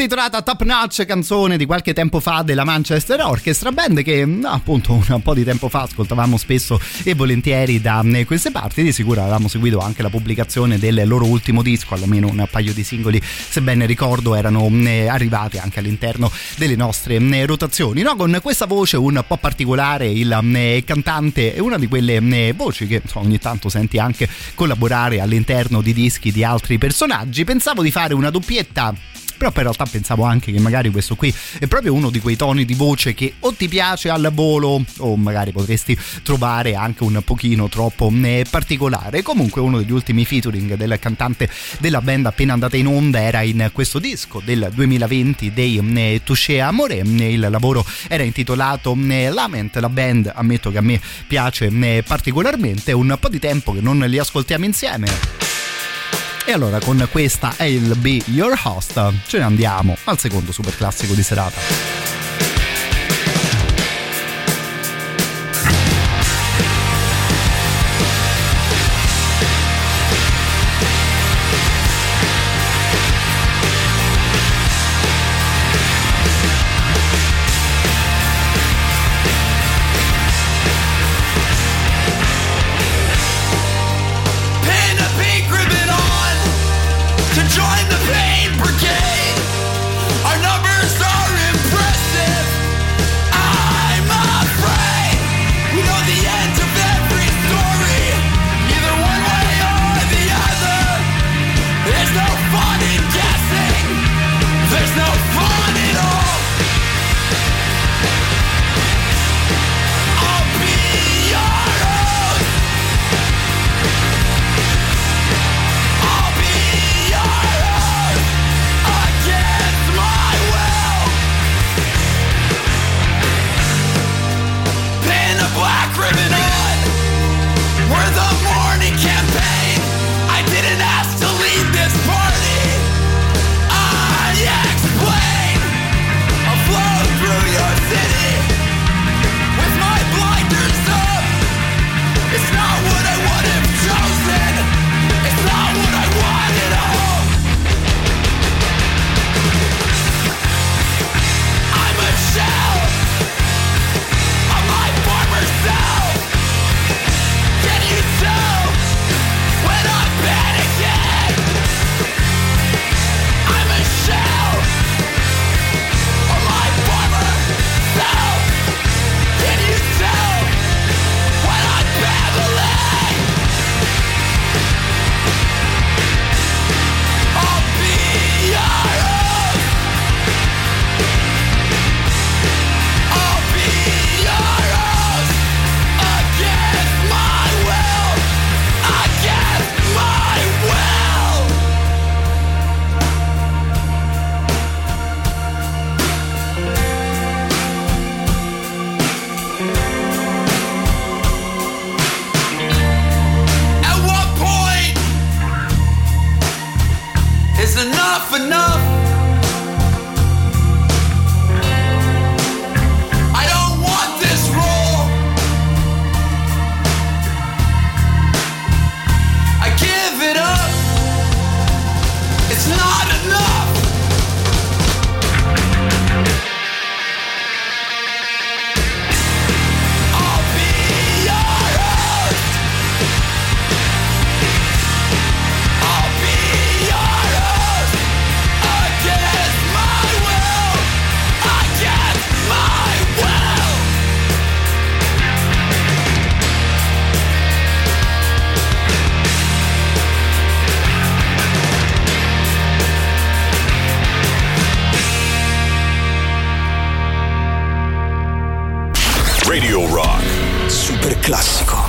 intitolata Top Notch, canzone di qualche tempo fa della Manchester Orchestra, band che appunto un po' di tempo fa ascoltavamo spesso e volentieri da queste parti. Di sicuro avevamo seguito anche la pubblicazione del loro ultimo disco, almeno un paio di singoli, se ben ricordo, erano arrivati anche all'interno delle nostre rotazioni, no? Con questa voce un po' particolare, il cantante è una di quelle voci che ogni tanto senti anche collaborare all'interno di dischi di altri personaggi. Pensavo di fare una doppietta, però poi in realtà pensavo anche che magari questo qui è proprio uno di quei toni di voce che o ti piace al volo o magari potresti trovare anche un pochino troppo particolare. Comunque uno degli ultimi featuring del cantante della band appena andata in onda era in questo disco del 2020 dei Touché Amore. Il lavoro era intitolato Lament. La band, ammetto che a me piace particolarmente, è un po' di tempo che non li ascoltiamo insieme. E allora con questa I'll Be Your Host ce ne andiamo al secondo super classico di serata. Join the pain brigade. Our numbers are impressive. I'm afraid we know the end of every story, either one way or the other. There's no fun in guessing. There's no fun at all. I'll be your host. I'll be your against my will. Pin a black ribbon on. We're the morning campaign. I didn't ask to lead this party. I explain. I'll flow through your city with my blinders up. It's not what I would have chosen. It's not what I wanted at home. I'm a shell of my former self. Can you tell when I'm panicking? I'm a shell of my former self. Can you tell when I'm babbling? I'll be your host. I'll be your host against my will, against my will. At what point is enough enough? I don't want this role. I give it up. It's not enough. I'll be your host. I'll be your host against my will, against my will. Radio Rock. Super classico.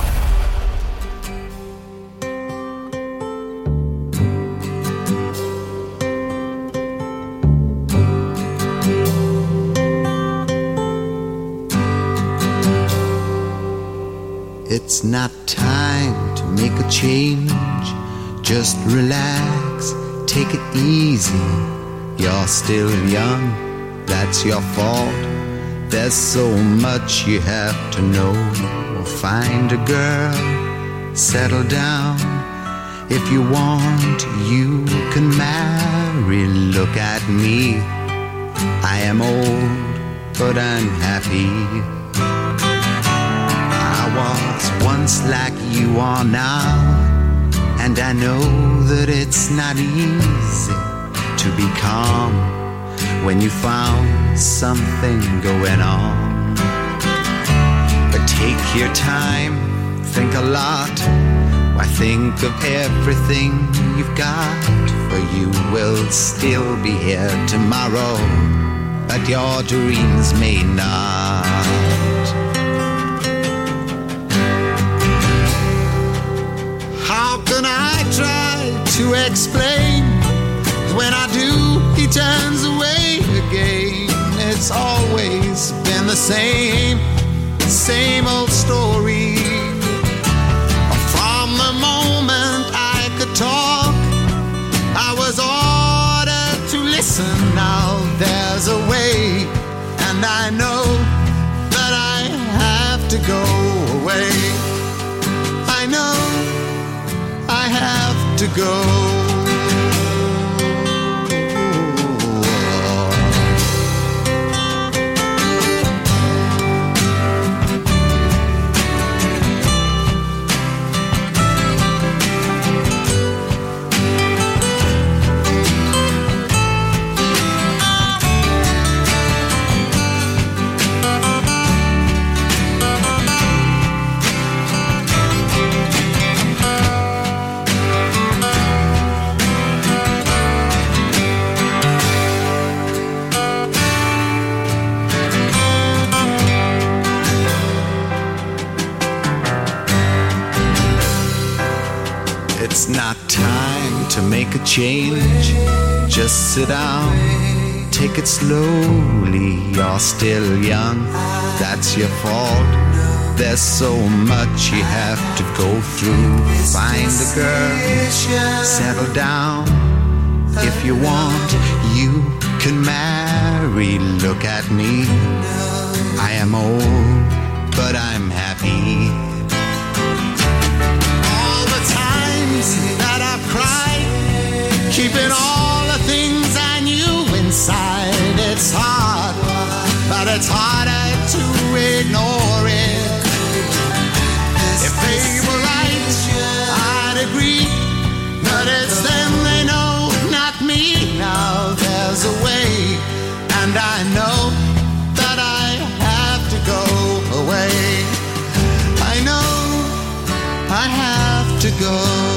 It's not time to make a change. Just relax, take it easy. You're still young, that's your fault. There's so much you have to know. Find a girl, settle down. If you want, you can marry. Look at me, I am old, but I'm happy. I was once like you are now, and I know that it's not easy to be calm when you found something going on. But take your time, think a lot. Why think of everything you've got? For you will still be here tomorrow, but your dreams may not. How can I try to explain? When I do, he turns away again. It's always been the same old story. From the moment I could talk, I was ordered to listen. Now there's a way, and I know that I have to go away. I know I have to go. It's not time to make a change. Just sit down, take it slowly. You're still young, that's your fault. There's so much you have to go through. Find a girl, settle down. If you want, you can marry. Look at me, I am old, but I'm happy. That I've cried, keeping all the things I knew inside. It's hard, but it's harder to ignore it. If they were right, I'd agree, but it's them they know, not me. Now there's a way, and I know that I have to go away. I know I have to go.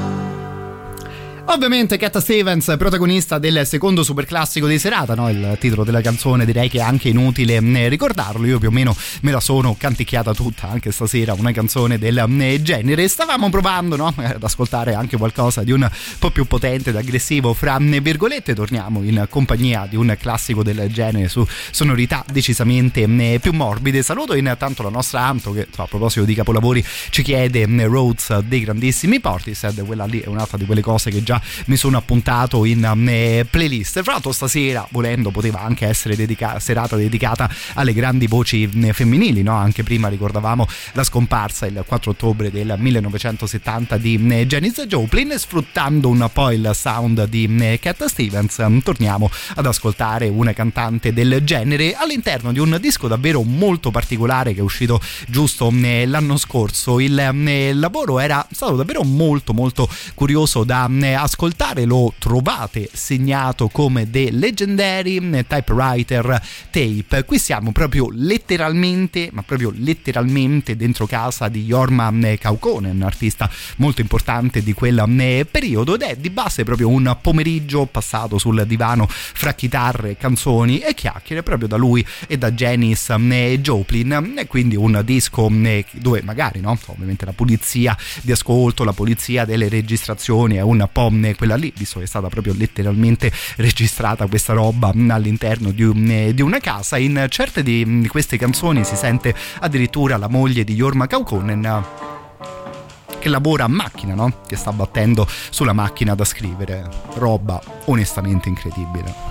Ovviamente Cat Stevens, protagonista del secondo superclassico di serata, no? Il titolo della canzone direi che è anche inutile ricordarlo, io più o meno me la sono canticchiata tutta anche stasera, una canzone del genere. Stavamo provando, no? Ad ascoltare anche qualcosa di un po' più potente ed aggressivo, fra virgolette. Torniamo in compagnia di un classico del genere su sonorità decisamente più morbide. Saluto intanto la nostra Anto che a proposito di capolavori ci chiede Roads dei grandissimi Portishead. Quella lì è un'altra di quelle cose che già mi sono appuntato in playlist. Fra l'altro stasera, volendo, poteva anche essere serata dedicata alle grandi voci femminili, no? Anche prima ricordavamo la scomparsa il 4 ottobre del 1970 di Janis Joplin. Sfruttando un po' il sound di Cat Stevens, torniamo ad ascoltare una cantante del genere all'interno di un disco davvero molto particolare che è uscito giusto l'anno scorso. Il lavoro era stato davvero molto molto curioso da ascoltare. Lo trovate segnato come The Legendary Typewriter Tape. Qui siamo proprio letteralmente, ma proprio letteralmente dentro casa di Jorma Kaukonen, artista molto importante di quel periodo, ed è di base proprio un pomeriggio passato sul divano fra chitarre, canzoni e chiacchiere proprio da lui e da Janis Joplin. E quindi un disco dove magari, no, ovviamente la pulizia di ascolto, la pulizia delle registrazioni è un po' quella lì, visto che è stata proprio letteralmente registrata questa roba all'interno di una casa. In certe di queste canzoni si sente addirittura la moglie di Jorma Kaukonen che lavora a macchina, no? Che sta battendo sulla macchina da scrivere. Roba onestamente incredibile.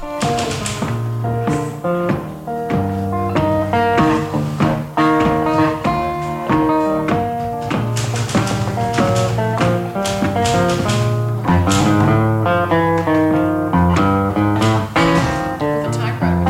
The typewriter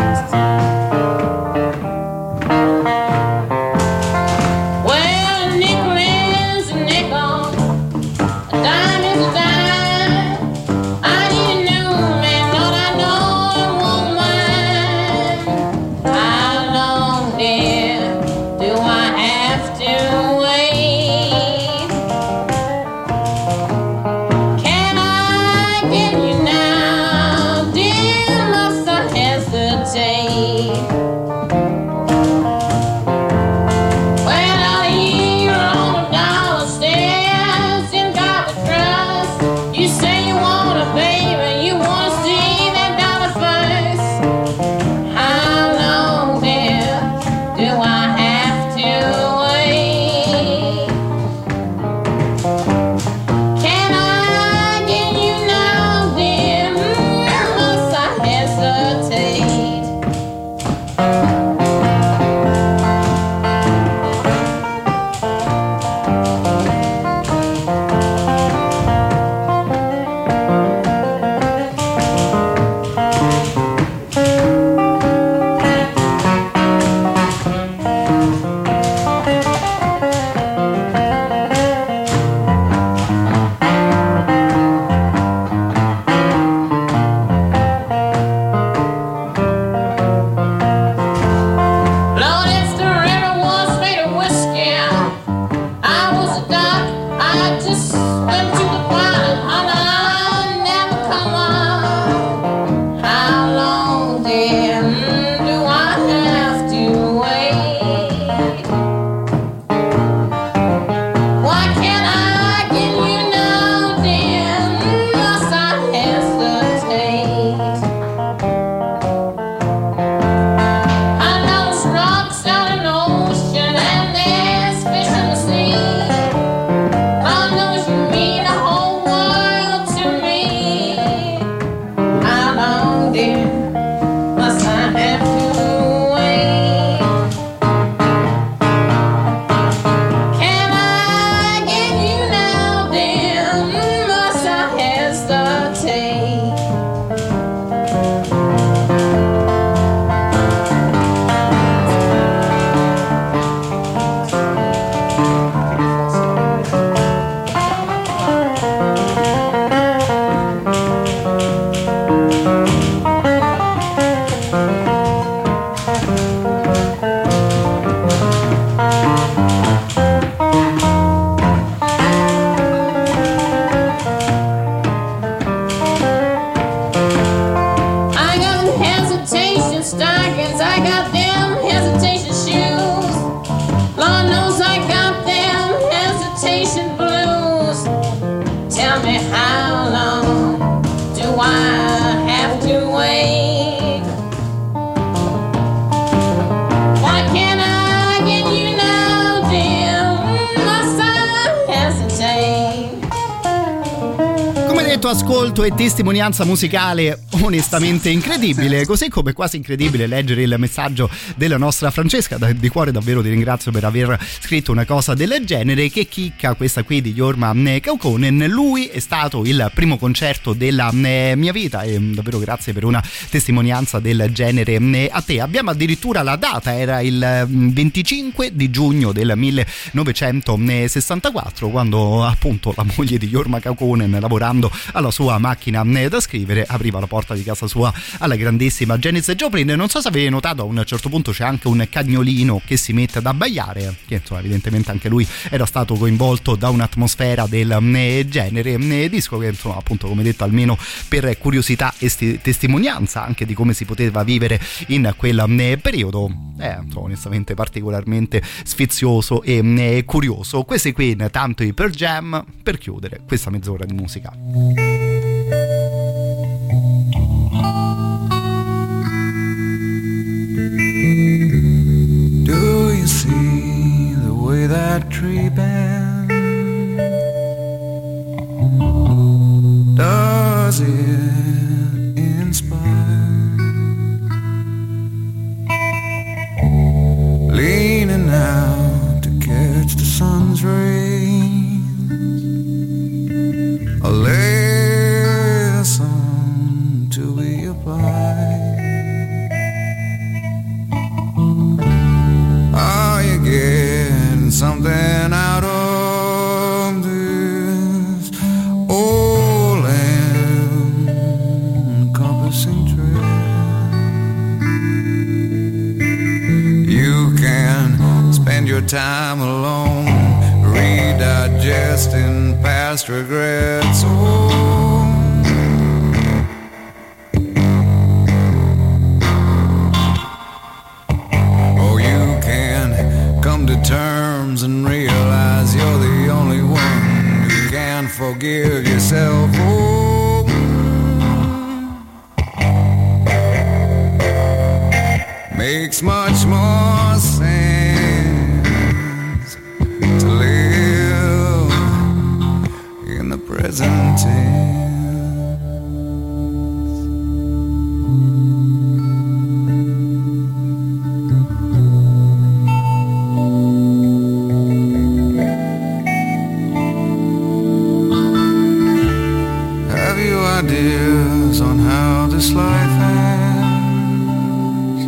Detto ascolto e testimonianza musicale onestamente incredibile, così come quasi incredibile leggere il messaggio della nostra Francesca. Di cuore davvero ti ringrazio per aver scritto una cosa del genere. Che chicca questa qui di Jorma Kaukonen. Lui è stato il primo concerto della mia vita e davvero grazie per una testimonianza del genere a te. Abbiamo addirittura la data, era il 25 di giugno del 1964, quando appunto la moglie di Jorma Kaukonen, lavorando alla sua macchina da scrivere, apriva la porta di casa sua alla grandissima Janis Joplin. Non so se avevi notato, a un certo punto c'è anche un cagnolino che si mette ad abbaiare, che insomma evidentemente anche lui era stato coinvolto da un'atmosfera del genere. Disco che insomma appunto, come detto, almeno per curiosità e testimonianza anche di come si poteva vivere in quel periodo, insomma, onestamente particolarmente sfizioso e curioso. Questi qui intanto i Pearl Jam per chiudere questa mezz'ora di musica. Do you see the way that tree bends? Does it inspire? Leaning out to catch the sun's rays, a lesson to be applied. Are you getting something out of this old encompassing trail? You can spend your time alone, redigesting past regrets. Or you can come to terms and realize you're the only one who can forgive yourself. Makes much more sense to live in the present tense. Have you ideas on how this life ends?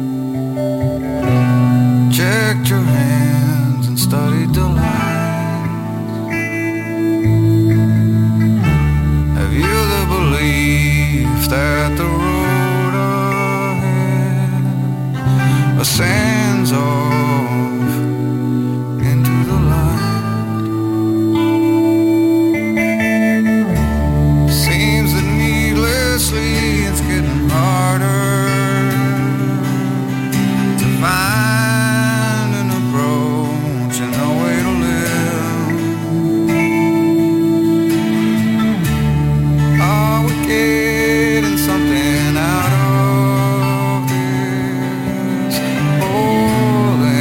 Checked your hands and studied the lines. Have you the belief that the road ahead ascends off into the light? Seems that needlessly it's getting harder to find an approach and a way to live. Are we getting something out of this? Oh,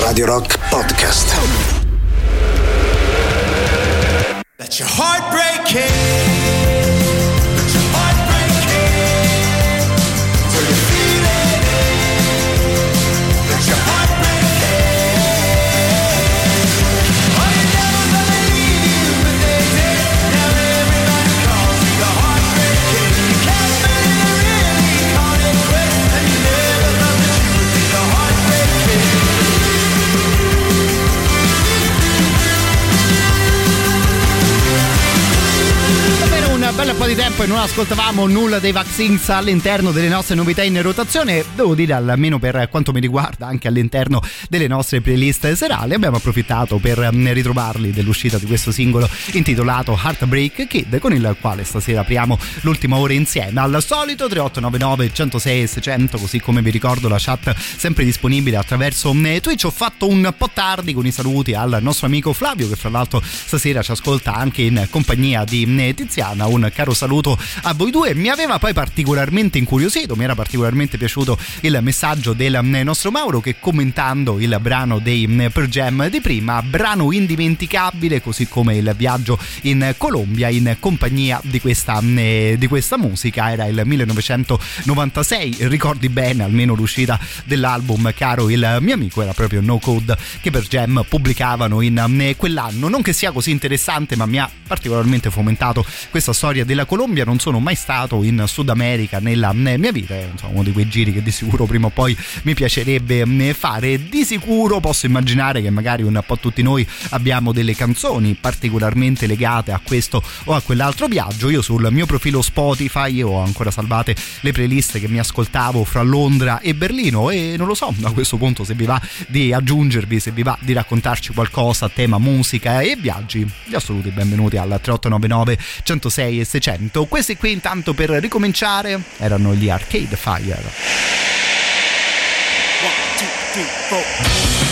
Radio Rock Podcast. Let your heart break it. Let your heart break it. Till you feel it. Let your heart break it. Oh, you're never gonna leave you, but they did. Now everybody calls you the heartbreaker. You can't believe you really caught it quick, and you never thought that you would be the heartbreaker. Davvero un bel po' di tempo e non ascoltavamo nulla dei Vaccines all'interno delle nostre novità in rotazione, devo dire almeno per quanto mi riguarda anche all'interno delle nostre playlist serali. Abbiamo approfittato per ritrovarli dell'uscita di questo singolo intitolato Heartbreak Kid, con il quale stasera apriamo l'ultima ora insieme. Al solito 3899 106 600, così come vi ricordo la chat sempre disponibile attraverso Twitch. Ho fatto un po' tardi con i saluti al nostro amico Flavio, che fra l'altro stasera ci ascolta anche in compagnia di Tiziana. Un caro saluto a voi due. Mi aveva poi particolarmente incuriosito, mi era particolarmente piaciuto il messaggio del nostro Mauro, che commentando il brano dei Pearl Jam di prima, brano indimenticabile, così come il viaggio in Colombia in compagnia di questa musica. Era il 1996, ricordi bene almeno l'uscita dell'album, caro il mio amico, era proprio No Code che Pearl Jam pubblicavano in quell'anno. Non che sia così interessante, ma mi ha particolarmente fomentato questa storia della Colombia. Non sono mai stato in Sud America nella mia vita, è uno di quei giri che di sicuro prima o poi mi piacerebbe fare. Di sicuro posso immaginare che magari un po' tutti noi abbiamo delle canzoni particolarmente legate a questo o a quell'altro viaggio. Io sul mio profilo Spotify ho ancora salvate le playlist che mi ascoltavo fra Londra e Berlino, e non lo so a questo punto se vi va di aggiungervi, se vi va di raccontarci qualcosa a tema musica e viaggi. Gli assoluti benvenuti al 3899 106 e 600. Questi qui intanto per ricominciare erano gli Arcade Fire. 1, 2, 3, 4.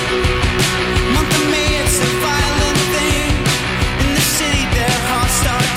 Month of May, it's a violent thing. In the city, their hearts start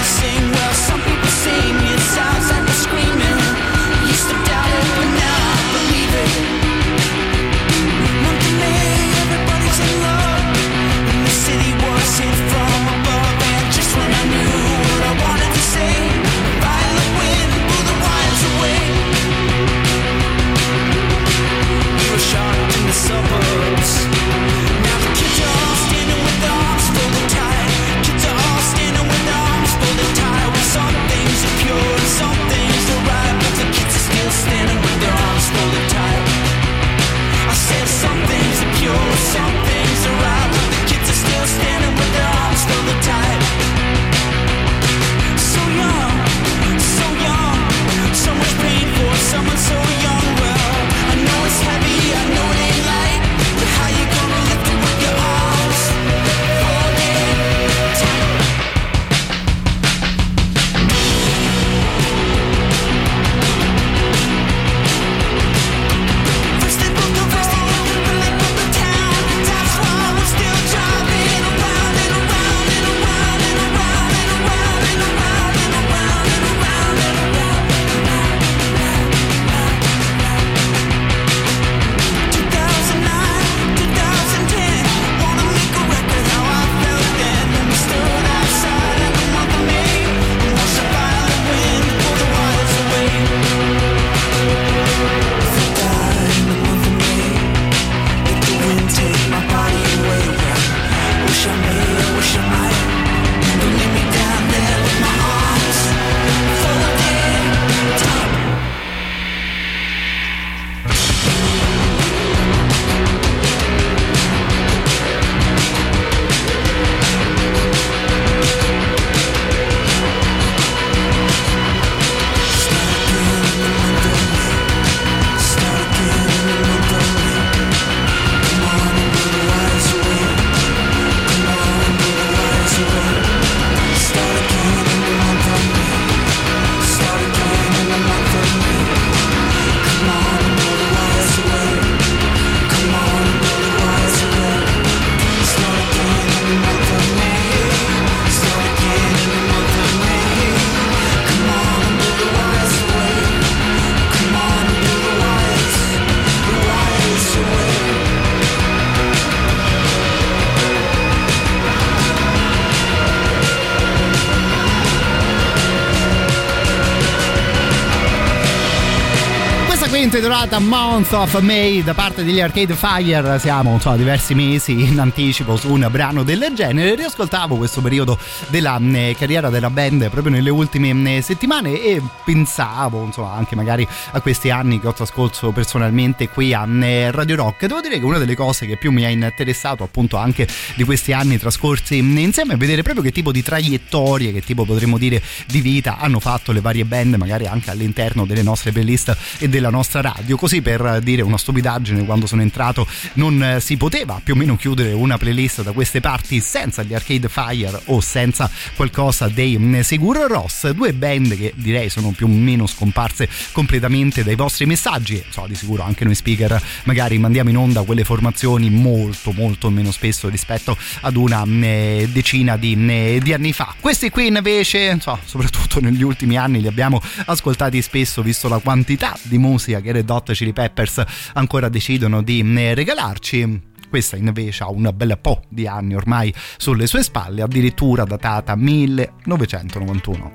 intitolata Month of May da parte degli Arcade Fire. Siamo diversi mesi in anticipo su un brano del genere. Riascoltavo questo periodo della carriera della band proprio nelle ultime settimane e pensavo anche magari a questi anni che ho trascorso personalmente qui a Radio Rock. Devo dire che una delle cose che più mi ha interessato appunto anche di questi anni trascorsi insieme è vedere proprio che tipo di traiettorie, che tipo potremmo dire di vita hanno fatto le varie band magari anche all'interno delle nostre playlist e della nostra radio. Così, per dire una stupidaggine, quando sono entrato non si poteva più o meno chiudere una playlist da queste parti senza gli Arcade Fire o senza qualcosa dei Sigur Rós, due band che direi sono più o meno scomparse completamente dai vostri messaggi. Di sicuro anche noi speaker magari mandiamo in onda quelle formazioni molto molto meno spesso rispetto ad una decina di anni fa. Questi qui invece soprattutto negli ultimi anni li abbiamo ascoltati spesso, visto la quantità di musica che Red Hot Chili Peppers ancora decidono di regalarci. Questa invece ha un bel po' di anni ormai sulle sue spalle, addirittura datata 1991.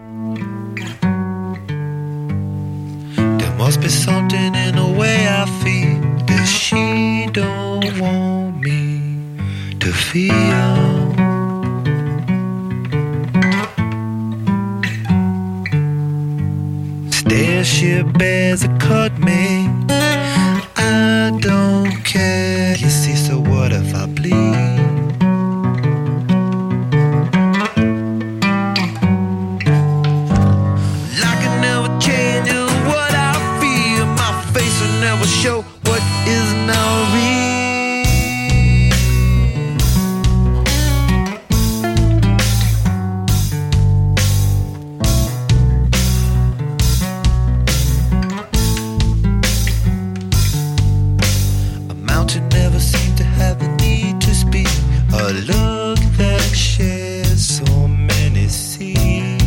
There must be something in the way I feel that she don't want me to feel. Starship bears a cut me, I don't care. You see, so what if I bleed? Like I never change what I feel. My face will never show what is now real. A look that shares so many seas.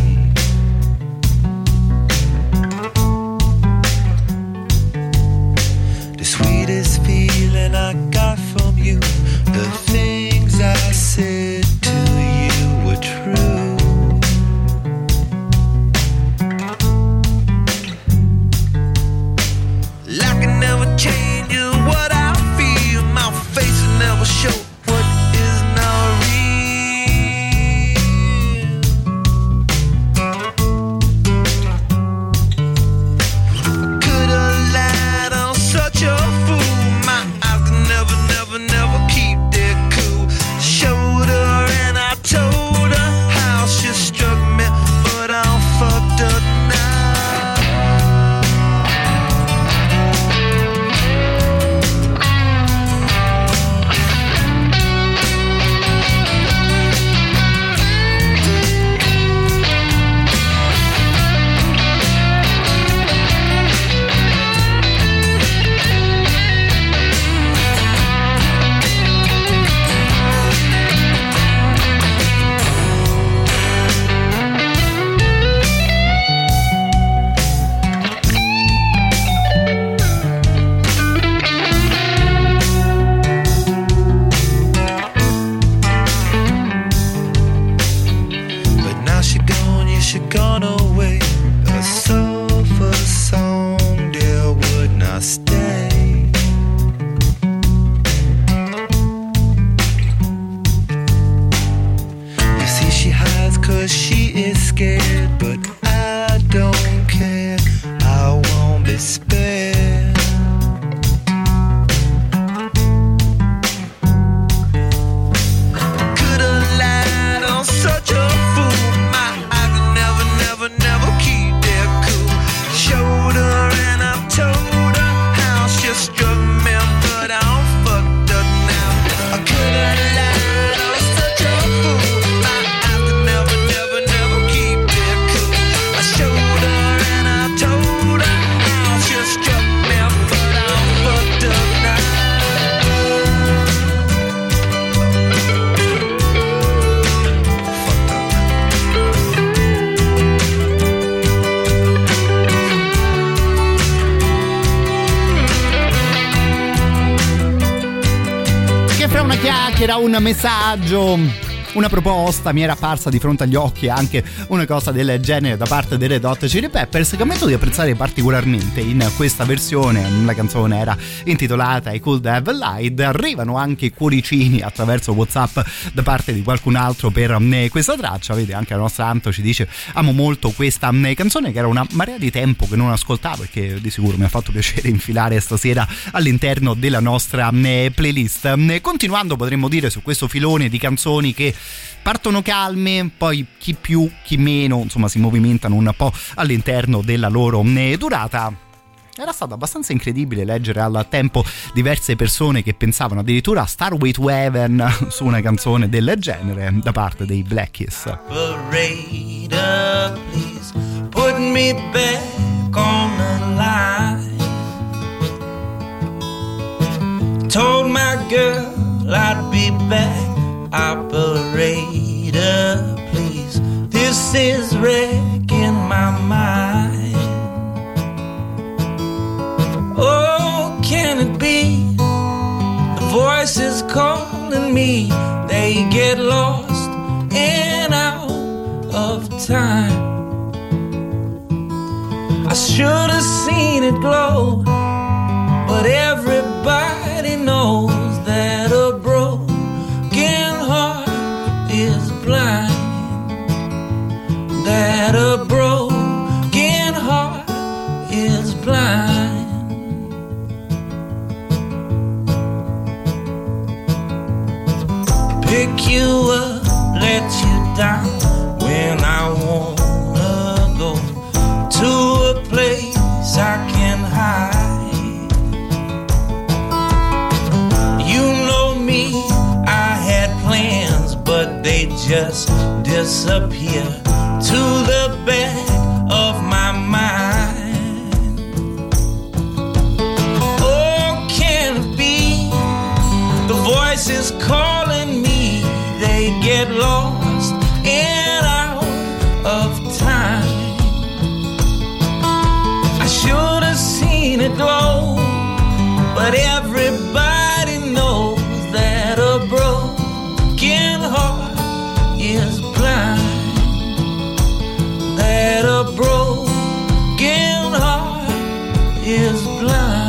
The sweetest feeling I got from you, the things I said to you were true. Like I never change what I feel, my face will never show. Era un messaggio una proposta mi era apparsa di fronte agli occhi anche una cosa del genere da parte dei Red Hot Chili Peppers, che ammetto di apprezzare particolarmente in questa versione. La canzone era intitolata I Could Have Lied. Arrivano anche cuoricini attraverso WhatsApp da parte di qualcun altro per questa traccia. Vede, anche la nostra Anto ci dice: amo molto questa canzone, che era una marea di tempo che non ascoltavo e che di sicuro mi ha fatto piacere infilare stasera all'interno della nostra playlist. Continuando, potremmo dire, su questo filone di canzoni che partono calme, poi chi più chi meno insomma si movimentano un po' all'interno della loro durata. Era stato abbastanza incredibile leggere al tempo diverse persone che pensavano addirittura a Starway to Heaven su una canzone del genere da parte dei Black Keys. Operator, please put me back on the line. Told my girl I'd be back. Operator, please, this is wrecking my mind. Oh, can it be the voices calling me? They get lost and out of time. I should have seen it glow, but everybody knows that a broken heart is blind. That a broken heart is blind. Pick you up, let you down when I wanna go to a place I can hide. You know me, I had plans, but they just disappear to the back of my mind. Oh, can it be the voices calling me? They get lost and out of time. I should have seen it glow, but everybody knows that a broken heart is blind. That a broken heart is blind.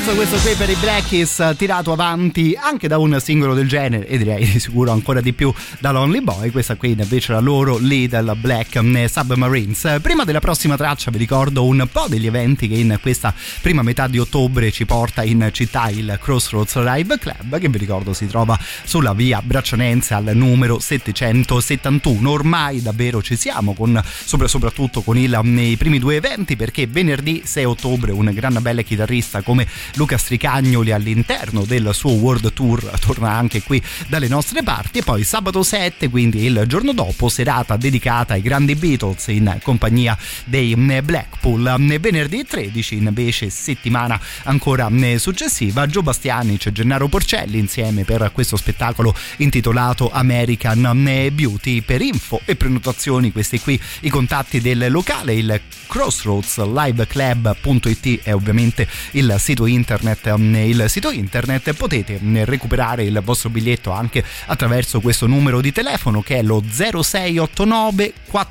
pezzo questo qui per i Black Keys, tirato avanti anche da un singolo del genere e direi di sicuro ancora di più da Lonely Boy. Questa qui invece la loro Little Black Submarines. Prima della prossima traccia vi ricordo un po' degli eventi che in questa prima metà di ottobre ci porta in città il Crossroads Live Club, che vi ricordo si trova sulla via Braccianense al numero 771. Ormai davvero ci siamo con soprattutto con i primi due eventi, perché venerdì 6 ottobre un gran bel chitarrista come Luca Stricagnoli all'interno del suo World Tour torna anche qui dalle nostre parti, e poi sabato 7, quindi il giorno dopo, serata dedicata ai grandi Beatles in compagnia dei Blackpool. Venerdì 13 invece, settimana ancora successiva, Gio Bastianic e Gennaro Porcelli insieme per questo spettacolo intitolato American Beauty. Per info e prenotazioni questi qui i contatti del locale, il crossroadsliveclub.it è ovviamente il sito internet. Potete recuperare il vostro biglietto anche attraverso questo numero di telefono che è lo 0689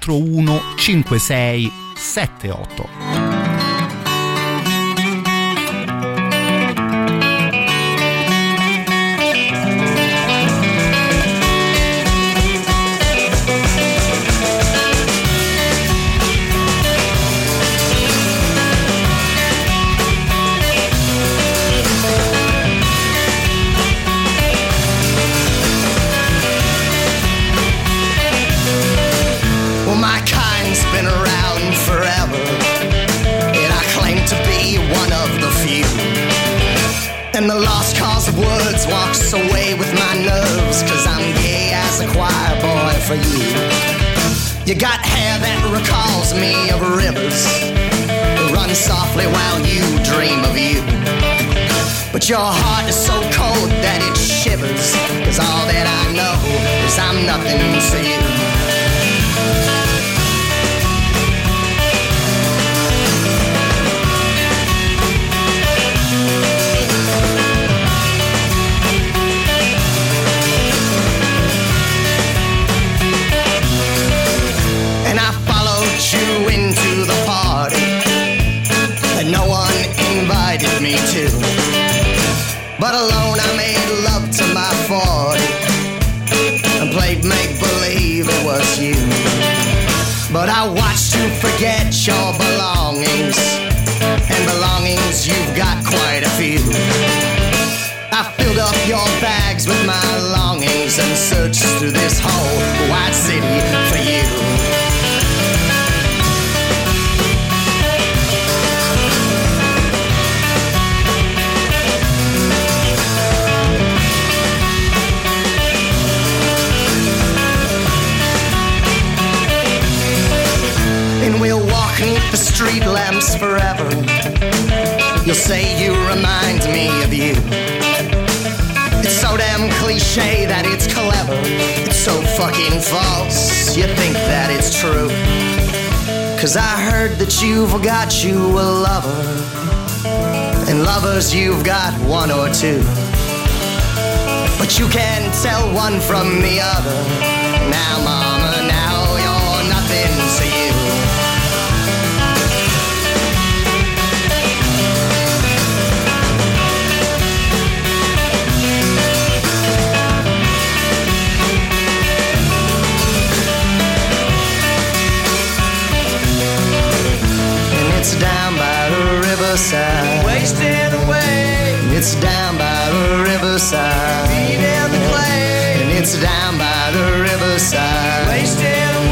415678. And the lost cause of words walks away with my nerves, 'cause I'm gay as a choir boy for you. You got hair that recalls me of rivers, run softly while you dream of you. But your heart is so cold that it shivers, 'cause all that I know is I'm nothing to you. You into the party that no one invited me to, but alone I made love to my 40 and played make-believe it was you. But I watched you forget your belongings, and belongings you've got quite a few. I filled up your bags with my longings and searched through this whole wide city for you. And we'll walk beneath the street lamps forever. You'll say you remind me of you. It's so damn cliche that it's clever. It's so fucking false, you think that it's true. 'Cause I heard that you've got you a lover, and lovers you've got one or two, but you can't tell one from the other. Now mama, now you're nothing to you. It's down by the riverside, wasting away. It's down by the riverside, feet in the clay. And it's down by the riverside, wasting away.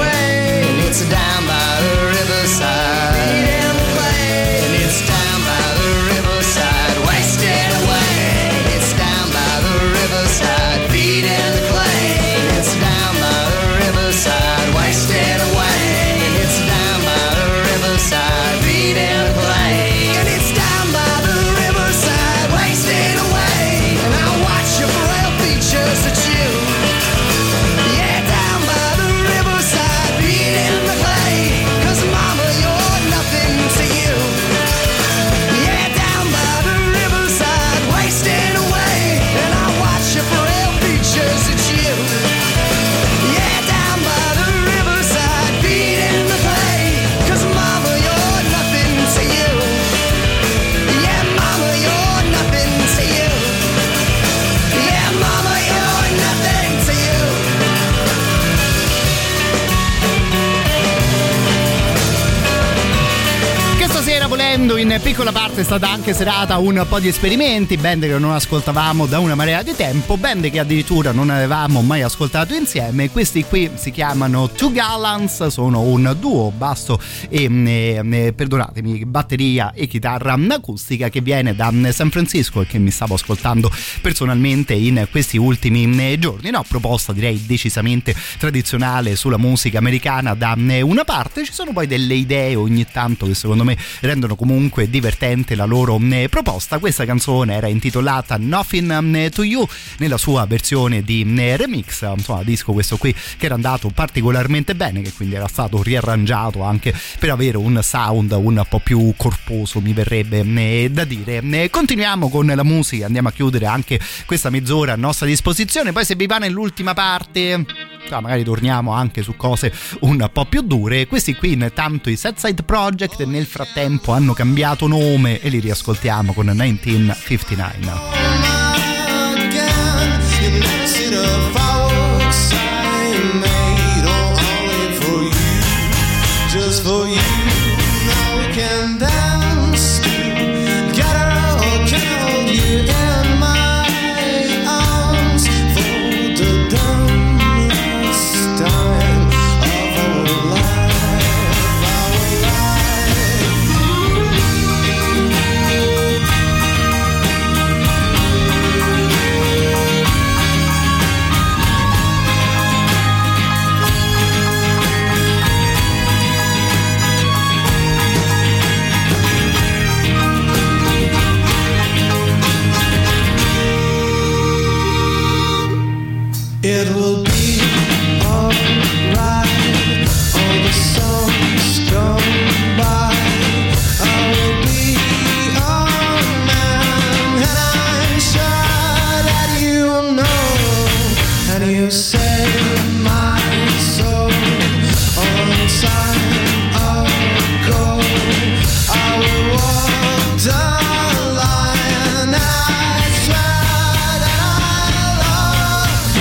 Essendo in piccola parte è stata anche serata un po' di esperimenti, band che non ascoltavamo da una marea di tempo, band che addirittura non avevamo mai ascoltato insieme. Questi qui si chiamano Two Gallants, sono un duo basso e perdonatemi, batteria e chitarra acustica che viene da San Francisco e che mi stavo ascoltando personalmente in questi ultimi giorni. No, proposta direi decisamente tradizionale sulla musica americana da una parte. Ci sono poi delle idee ogni tanto che secondo me rendono comunque divertente la loro proposta. Questa canzone era intitolata Nothing to You nella sua versione di remix, insomma disco questo qui che era andato particolarmente bene, che quindi era stato riarrangiato anche per avere un sound un po' più corposo, mi verrebbe da dire. Continuiamo con la musica, andiamo a chiudere anche questa mezz'ora a nostra disposizione, poi se vi va nell'ultima parte magari torniamo anche su cose un po' più dure. Questi qui intanto i Southside Project nel frattempo hanno cambiato nome e li riascoltiamo con 1959. Just for you, now we can dance together. Can hold you in my arms for the dumbest time of our life, our life. It will be alright. All the songs gone by. I will be your man, and I'm sure that you know. And you saved my soul on time ago. I will walk the line. I swear that I love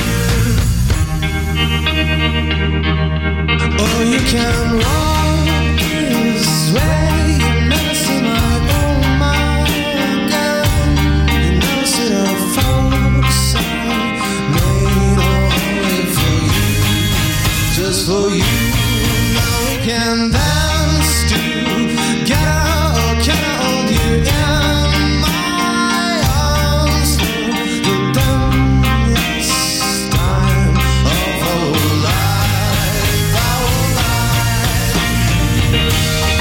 you. Oh, you can walk this way. You never see my own mind again. You never see the folks I made only for you. Just for you. Now we can dance together. Can I hold you in my arms for the dumbest time of our life, our life.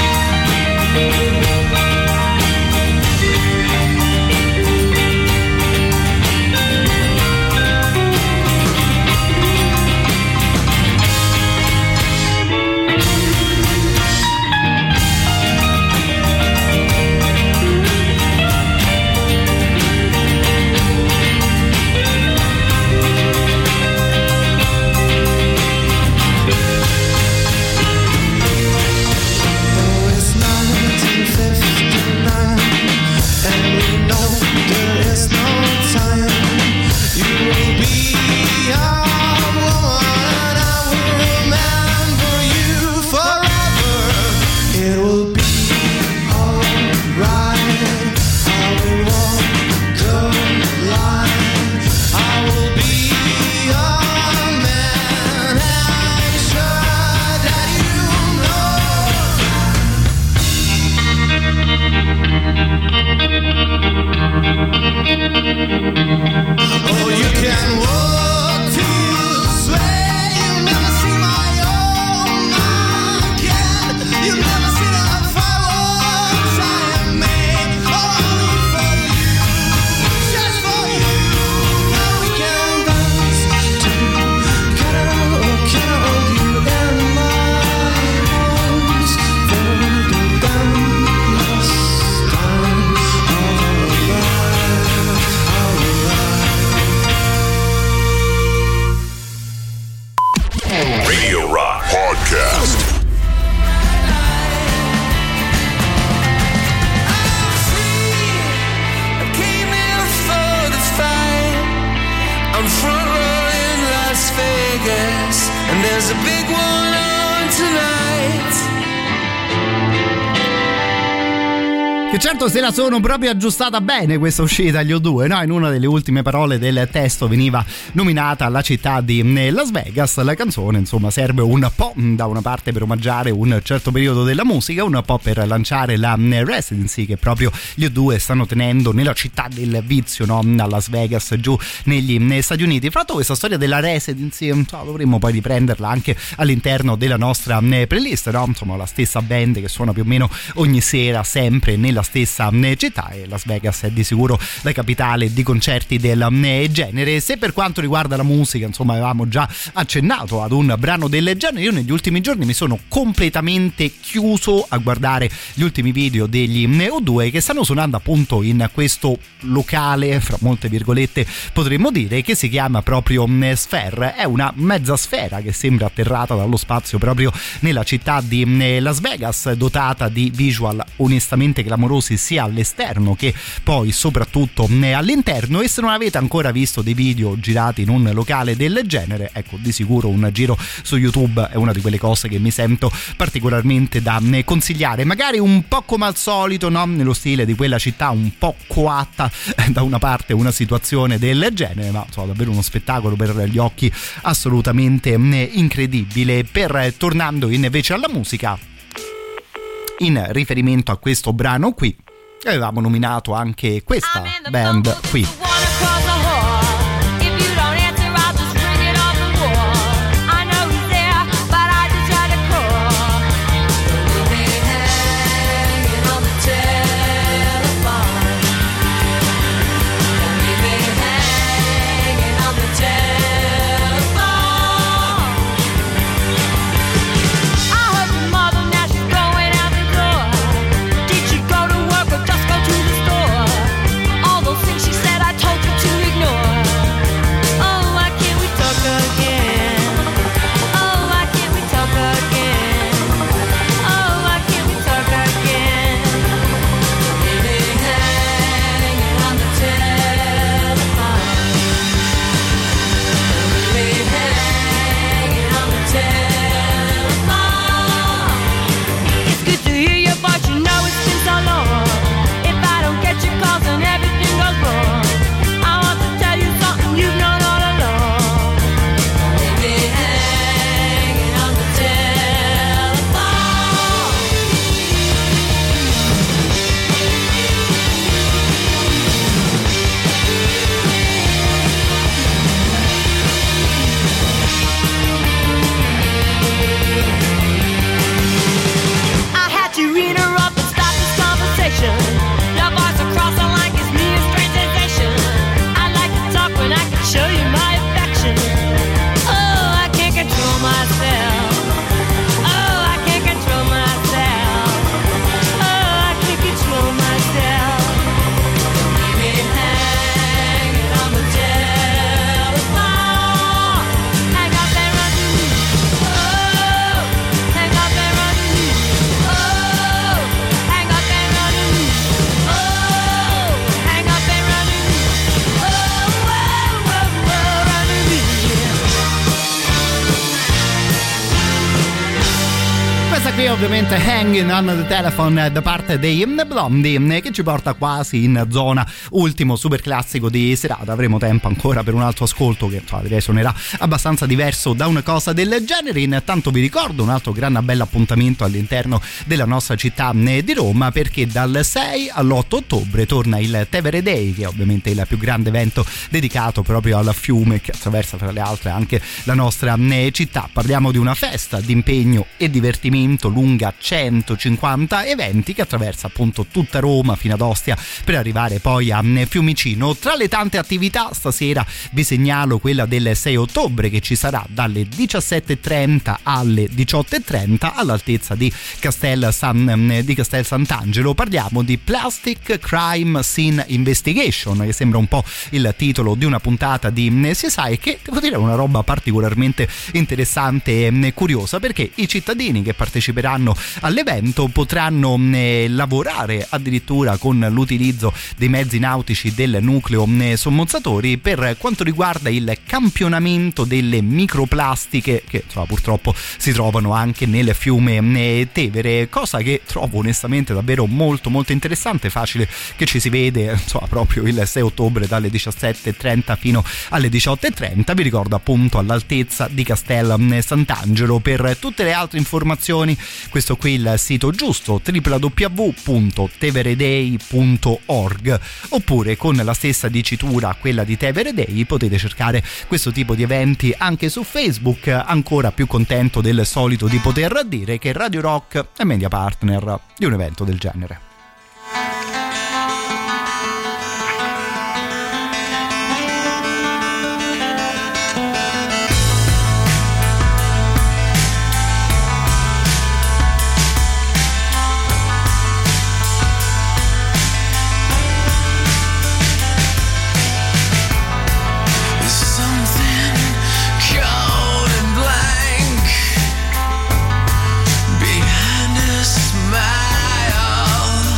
There's a big one on tonight. Che certo se la sono proprio aggiustata bene questa uscita agli O2, no? In una delle ultime parole del testo veniva nominata la città di Las Vegas. La canzone insomma serve un po' da una parte per omaggiare un certo periodo della musica, un po' per lanciare la residency che proprio gli O2 stanno tenendo nella città del vizio, no? A Las Vegas, giù negli Stati Uniti. Fra l'altro questa storia della residency dovremmo poi riprenderla anche all'interno della nostra playlist, no? Insomma la stessa band che suona più o meno ogni sera sempre nella stessa città, e Las Vegas è di sicuro la capitale di concerti del genere. Se per quanto riguarda la musica insomma avevamo già accennato ad un brano del genere, io negli ultimi giorni mi sono completamente chiuso a guardare gli ultimi video degli O2 che stanno suonando appunto in questo locale, fra molte virgolette potremmo dire, che si chiama proprio Sphere. È una mezza sfera che sembra atterrata dallo spazio proprio nella città di Las Vegas, dotata di visual onestamente clamorosi sia all'esterno che poi soprattutto all'interno. E se non avete ancora visto dei video girati in un locale del genere, ecco, di sicuro un giro su YouTube è una di quelle cose che mi sento particolarmente da consigliare, magari un po' come al solito, no? Nello stile di quella città un po' coatta da una parte una situazione del genere, ma insomma davvero uno spettacolo per gli occhi assolutamente incredibile. Tornando invece alla musica, in riferimento a questo brano qui avevamo nominato anche questa band qui. Ovviamente Hanging on the Telephone da parte dei Blondie, che ci porta quasi in zona ultimo super classico di serata. Avremo tempo ancora per un altro ascolto che direi suonerà abbastanza diverso da una cosa del genere. Intanto vi ricordo un altro gran bello appuntamento all'interno della nostra città di Roma, perché dal 6 all'8 ottobre torna il Tevere Day, che è ovviamente il più grande evento dedicato proprio al fiume che attraversa fra le altre anche la nostra città. Parliamo di una festa di impegno e divertimento lunga 150 eventi che attraversa appunto tutta Roma fino ad Ostia per arrivare poi a Fiumicino. Tra le tante attività stasera vi segnalo quella del 6 ottobre che ci sarà dalle 17.30 alle 18.30 all'altezza di Castel Sant'Angelo. Parliamo di Plastic Crime Scene Investigation, che sembra un po' il titolo di una puntata di CSI, che devo dire è una roba particolarmente interessante e curiosa, perché i cittadini che partecipano parteciperanno all'evento potranno lavorare addirittura con l'utilizzo dei mezzi nautici del nucleo sommozzatori per quanto riguarda il campionamento delle microplastiche che insomma, purtroppo si trovano anche nel fiume Tevere, cosa che trovo onestamente davvero molto molto interessante. Facile che ci si vede insomma proprio il 6 ottobre dalle 17:30 fino alle 18:30. Vi ricordo appunto all'altezza di Castel Sant'Angelo. Per tutte le altre informazioni questo qui è il sito giusto, www.teveredei.org, oppure con la stessa dicitura quella di Tevere Day potete cercare questo tipo di eventi anche su Facebook. Ancora più contento del solito di poter dire che Radio Rock è media partner di un evento del genere. Behind a smile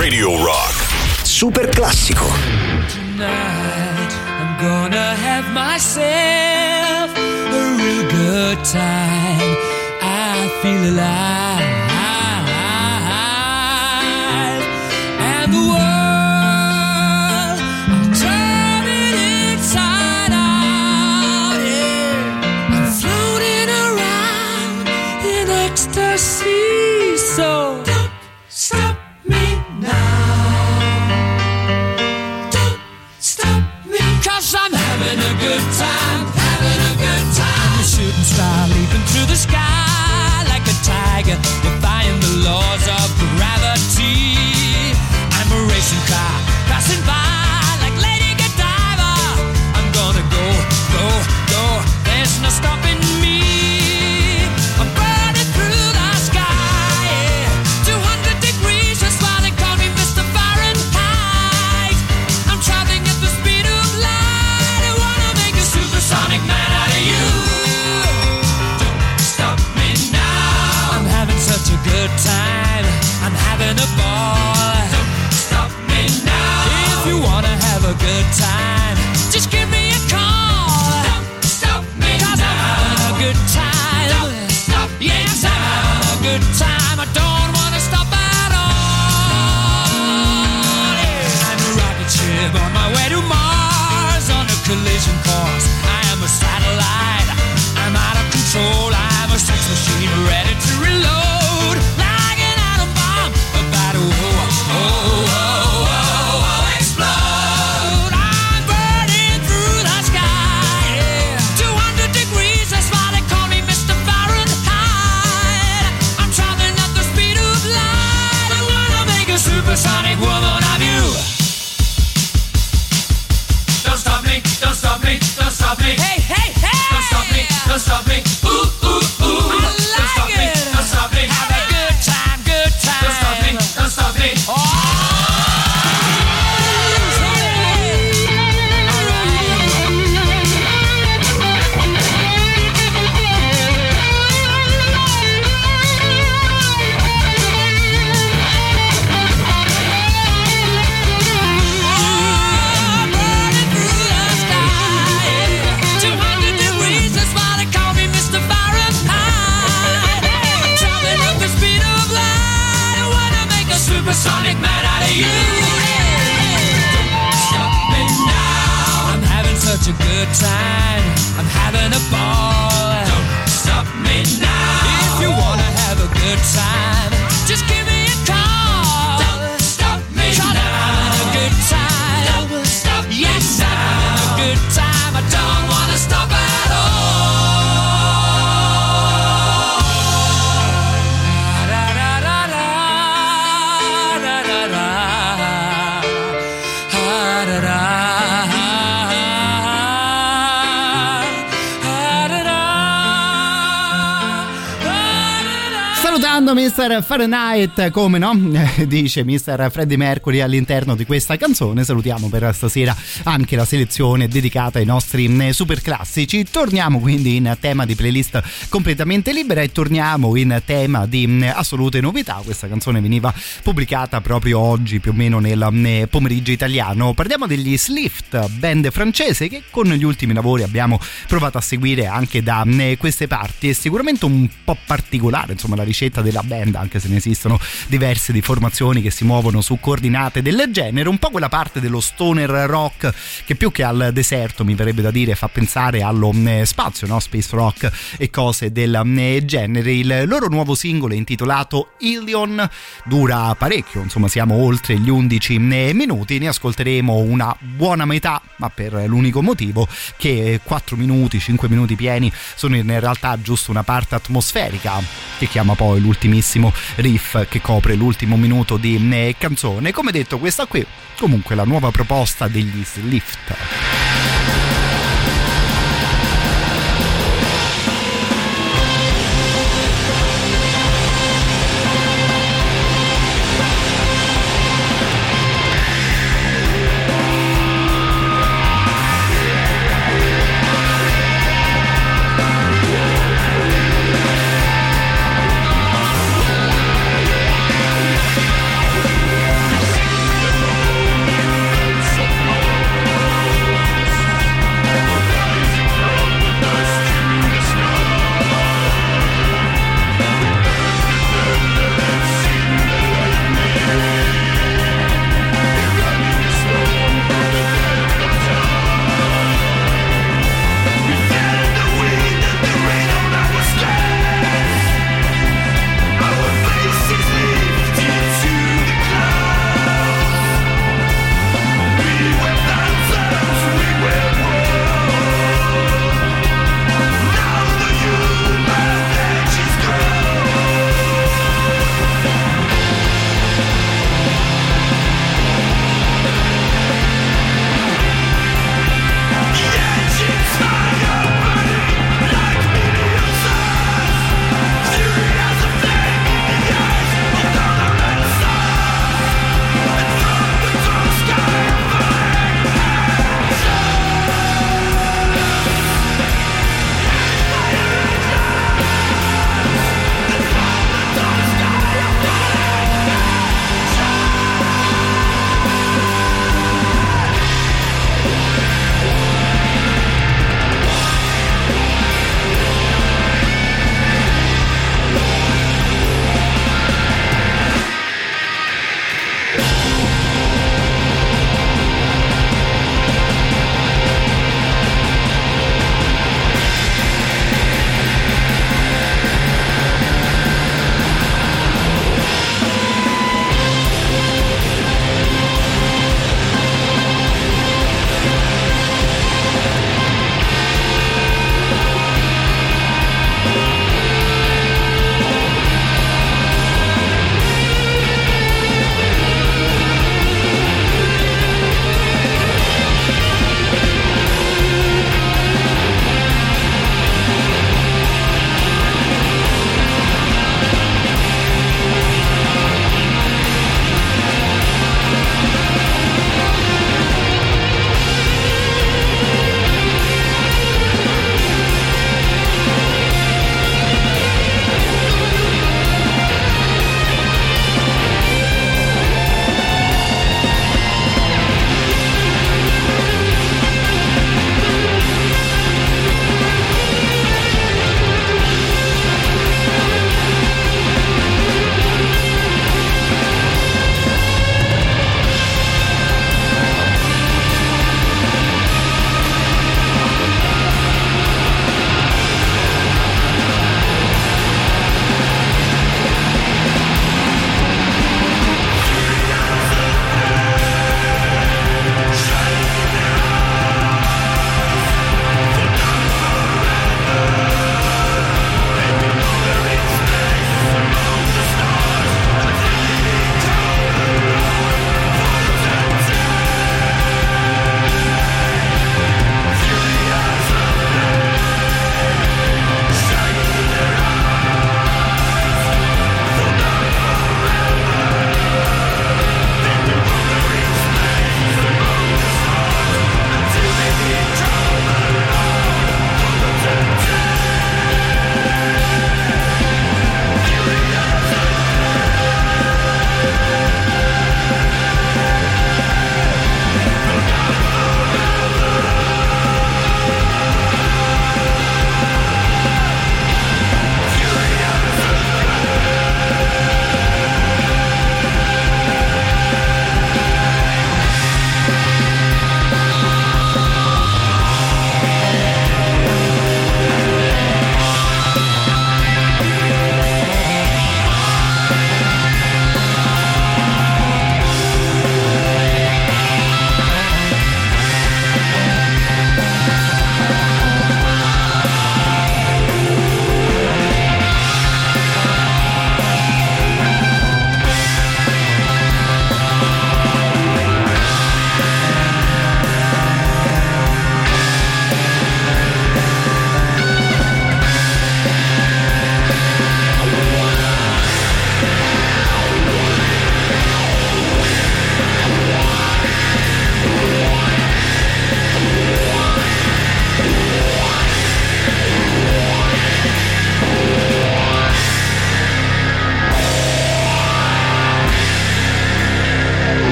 Radio Rock. Super classico. Tonight I'm gonna have myself a real good time. I feel alive, and the world I'm turning inside out. Yeah, I'm floating around in ecstasy. So don't stop me now. Don't stop me, 'cause I'm having a good time, having a good time. I'm a shooting star leaping through the sky like a tiger, defying the laws of gravity. I'm a racing car passing by like Lady Godiva. I'm gonna go, go, go. There's no stopping me. I'm burning through the sky, yeah. 200 degrees, that's why they call me Mr. Fahrenheit. I'm traveling at the speed of light. I wanna make a supersonic man out of you. Don't stop me now. I'm having such a good time. I'm having a ball. Don't stop me now. If you wanna have a good time, just give me a call. Don't stop me now. 'Cause I'm having a good time. Don't stop me now. Yes, I'm having a good time. I don't wanna stop at all. Yeah. I'm a rocket ship on my way to Mars on a collision course. I am a satellite. I'm out of control. I'm a sex machine ready to reload like an atom bomb about to explode. I'm burning through the sky, yeah. 200 degrees, that's why they call me Mr. Fahrenheit. I'm traveling at the speed of light. I wanna make a supersonic woman of you. Don't stop me, don't stop me, don't stop me. Hey, hey, hey! Don't stop me, don't stop me. Ooh, ooh, ooh. I like don't stop me, don't stop me. Have a good time, good time. Don't stop me, don't stop me. Supersonic man out of you. Don't stop me now. I'm having such a good time. I'm having a ball. Don't stop me now. If you wanna have a good time, just give me a call. Don't stop me now. I'm having a good time. Don't stop me now. Yes, I'm having a good time. I don't wanna stop at all. Salutando Mr. Fahrenheit, come no? Dice Mr. Freddie Mercury all'interno di questa canzone. Salutiamo per stasera anche la selezione dedicata ai nostri super classici. Torniamo quindi in tema di playlist completamente libera e torniamo in tema di assolute novità. Questa canzone veniva pubblicata proprio oggi, più o meno nel pomeriggio italiano. Parliamo degli Slift, band francese che con gli ultimi lavori abbiamo provato a seguire anche da queste parti. È sicuramente un po' particolare, insomma, la ricetta della band, anche se ne esistono diverse di formazioni che si muovono su coordinate del genere, un po' quella parte dello stoner rock che più che al deserto, mi verrebbe da dire, fa pensare allo spazio, no? Space rock e cose del genere. Il loro nuovo singolo è intitolato Ilion, dura parecchio, insomma siamo oltre gli 11 minuti, ne ascolteremo una buona metà, ma per l'unico motivo che 4 minuti, 5 minuti pieni sono in realtà giusto una parte atmosferica che chiama poi l'ultimissimo riff che copre l'ultimo minuto di canzone. Come detto, questa qui comunque è la nuova proposta degli Slift.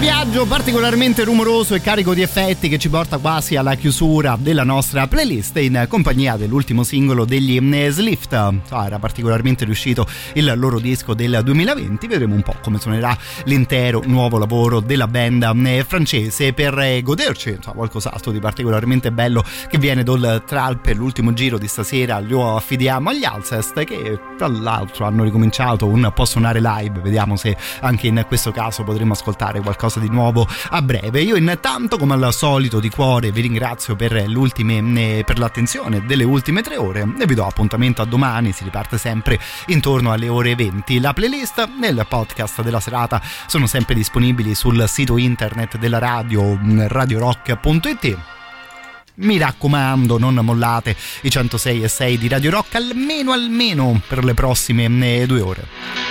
viaggio particolarmente rumoroso e carico di effetti che ci porta quasi alla chiusura della nostra playlist in compagnia dell'ultimo singolo degli Slift. Era particolarmente riuscito il loro disco del 2020, vedremo un po' come suonerà l'intero nuovo lavoro della band francese per goderci qualcos'altro di particolarmente bello che viene dal Tralp. L'ultimo giro di stasera lo affidiamo agli Alcest, che tra l'altro hanno ricominciato un po' suonare live, vediamo se anche in questo caso potremo ascoltare qualcosa di nuovo a breve. Io intanto, come al solito, di cuore vi ringrazio per l'attenzione delle ultime 3 ore e vi do appuntamento a domani. Si riparte sempre intorno alle ore 20. La playlist nel podcast della serata sono sempre disponibili sul sito internet della radio, radiorock.it. Mi raccomando, non mollate i 106.6 di Radio Rock almeno per le prossime 2 ore.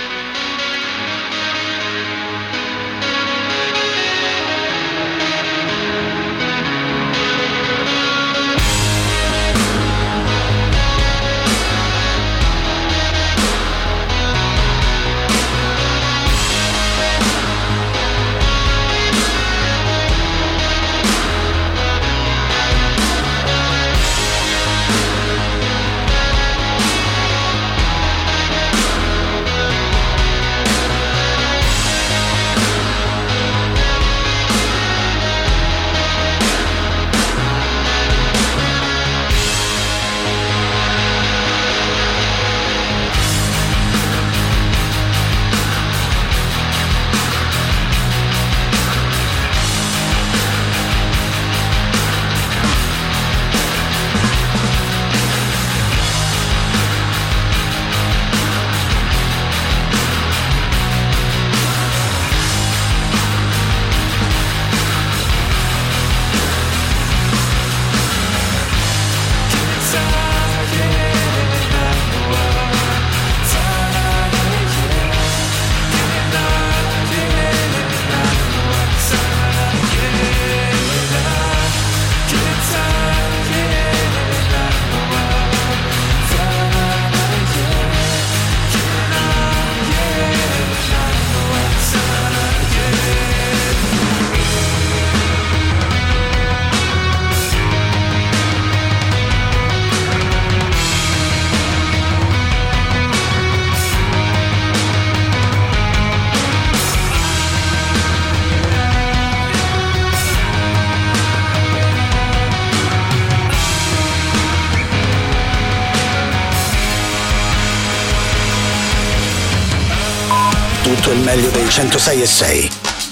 Tutto il meglio dei 106.6.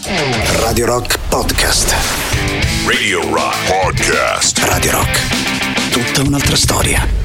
Radio Rock Podcast. Radio Rock Podcast. Radio Rock. Tutta un'altra storia.